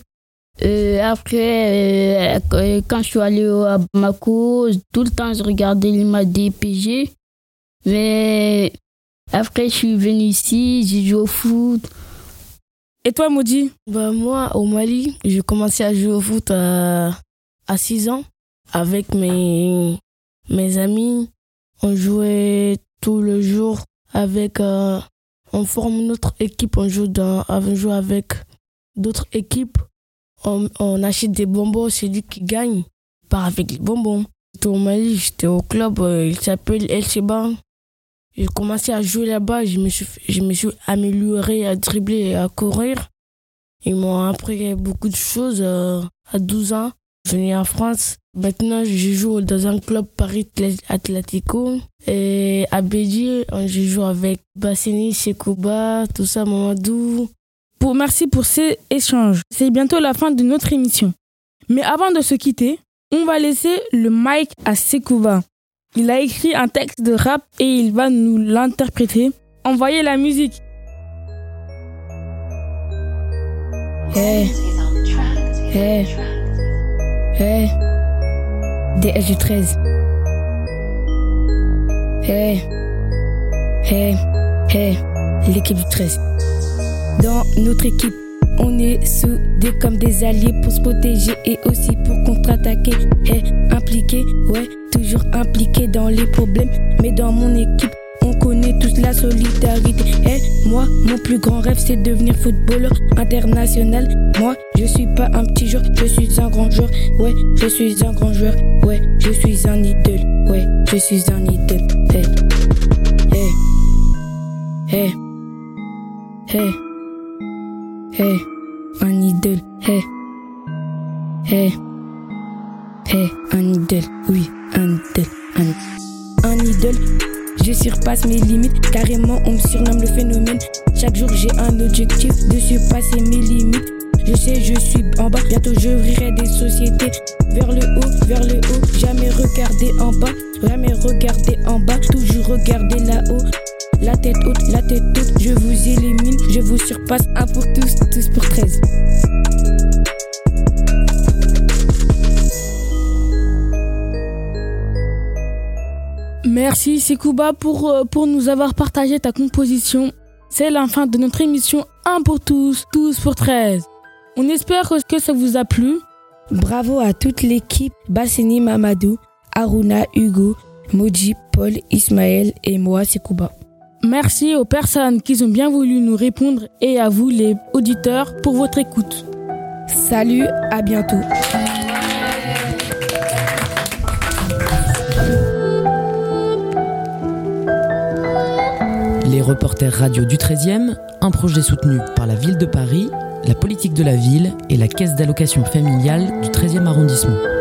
Après, quand je suis allé à Bamako, tout le temps je regardais les matchs des PG. Mais après, je suis venu ici, j'ai joué au foot. Et toi, Maudit? Moi, au Mali, j'ai commencé à jouer au foot à 6 ans avec mes amis. On jouait tout le jour avec... on forme notre équipe, on joue avec d'autres équipes. On achète des bonbons, c'est lui qui gagne. Il part avec les bonbons. J'étais au Mali, j'étais au club, il s'appelle El Sheba. J'ai commencé à jouer là-bas, je me suis amélioré à dribbler et à courir. Ils m'ont appris beaucoup de choses à 12 ans. Je suis venu en France. Maintenant, je joue dans un club Paris Atlético. Et à Béji, je joue avec Bassini, Sekouba, tout ça, Mamadou. Merci pour ces échanges. C'est bientôt la fin de notre émission. Mais avant de se quitter, on va laisser le mic à Sekouba. Il a écrit un texte de rap et il va nous l'interpréter. Envoyez la musique. Hey. DS13. L'équipe du 13. Dans notre équipe, on est soudés comme des alliés pour se protéger et aussi pour contre-attaquer. Impliqué, ouais, toujours impliqué dans les problèmes. Mais dans mon équipe, on connaît tous la solidarité. Moi, mon plus grand rêve, c'est devenir footballeur international. Moi, je suis pas un petit joueur, je suis un grand joueur. Ouais, je suis un grand joueur. Ouais, je suis un idole. Ouais, je suis un idole. Un idole. Un idole. Oui, un idole. Un idole. Je surpasse mes limites, carrément on me surnomme le phénomène. Chaque jour j'ai un objectif de surpasser mes limites. Je sais je suis en bas, bientôt je ouvrirai des sociétés. Vers le haut, jamais regarder en bas. Jamais regarder en bas, toujours regarder là-haut. La tête haute, je vous élimine. Je vous surpasse, un pour tous, tous pour 13. Merci Sekouba pour nous avoir partagé ta composition. C'est la fin de notre émission 1 pour tous, tous pour 13. On espère que ça vous a plu. Bravo à toute l'équipe, Basseni, Mamadou, Aruna, Hugo, Moji, Paul, Ismaël et moi, Sekouba. Merci aux personnes qui ont bien voulu nous répondre et à vous les auditeurs pour votre écoute. Salut, à bientôt. Les reporters radio du 13e, un projet soutenu par la ville de Paris, la politique de la ville et la caisse d'allocation familiale du 13e arrondissement.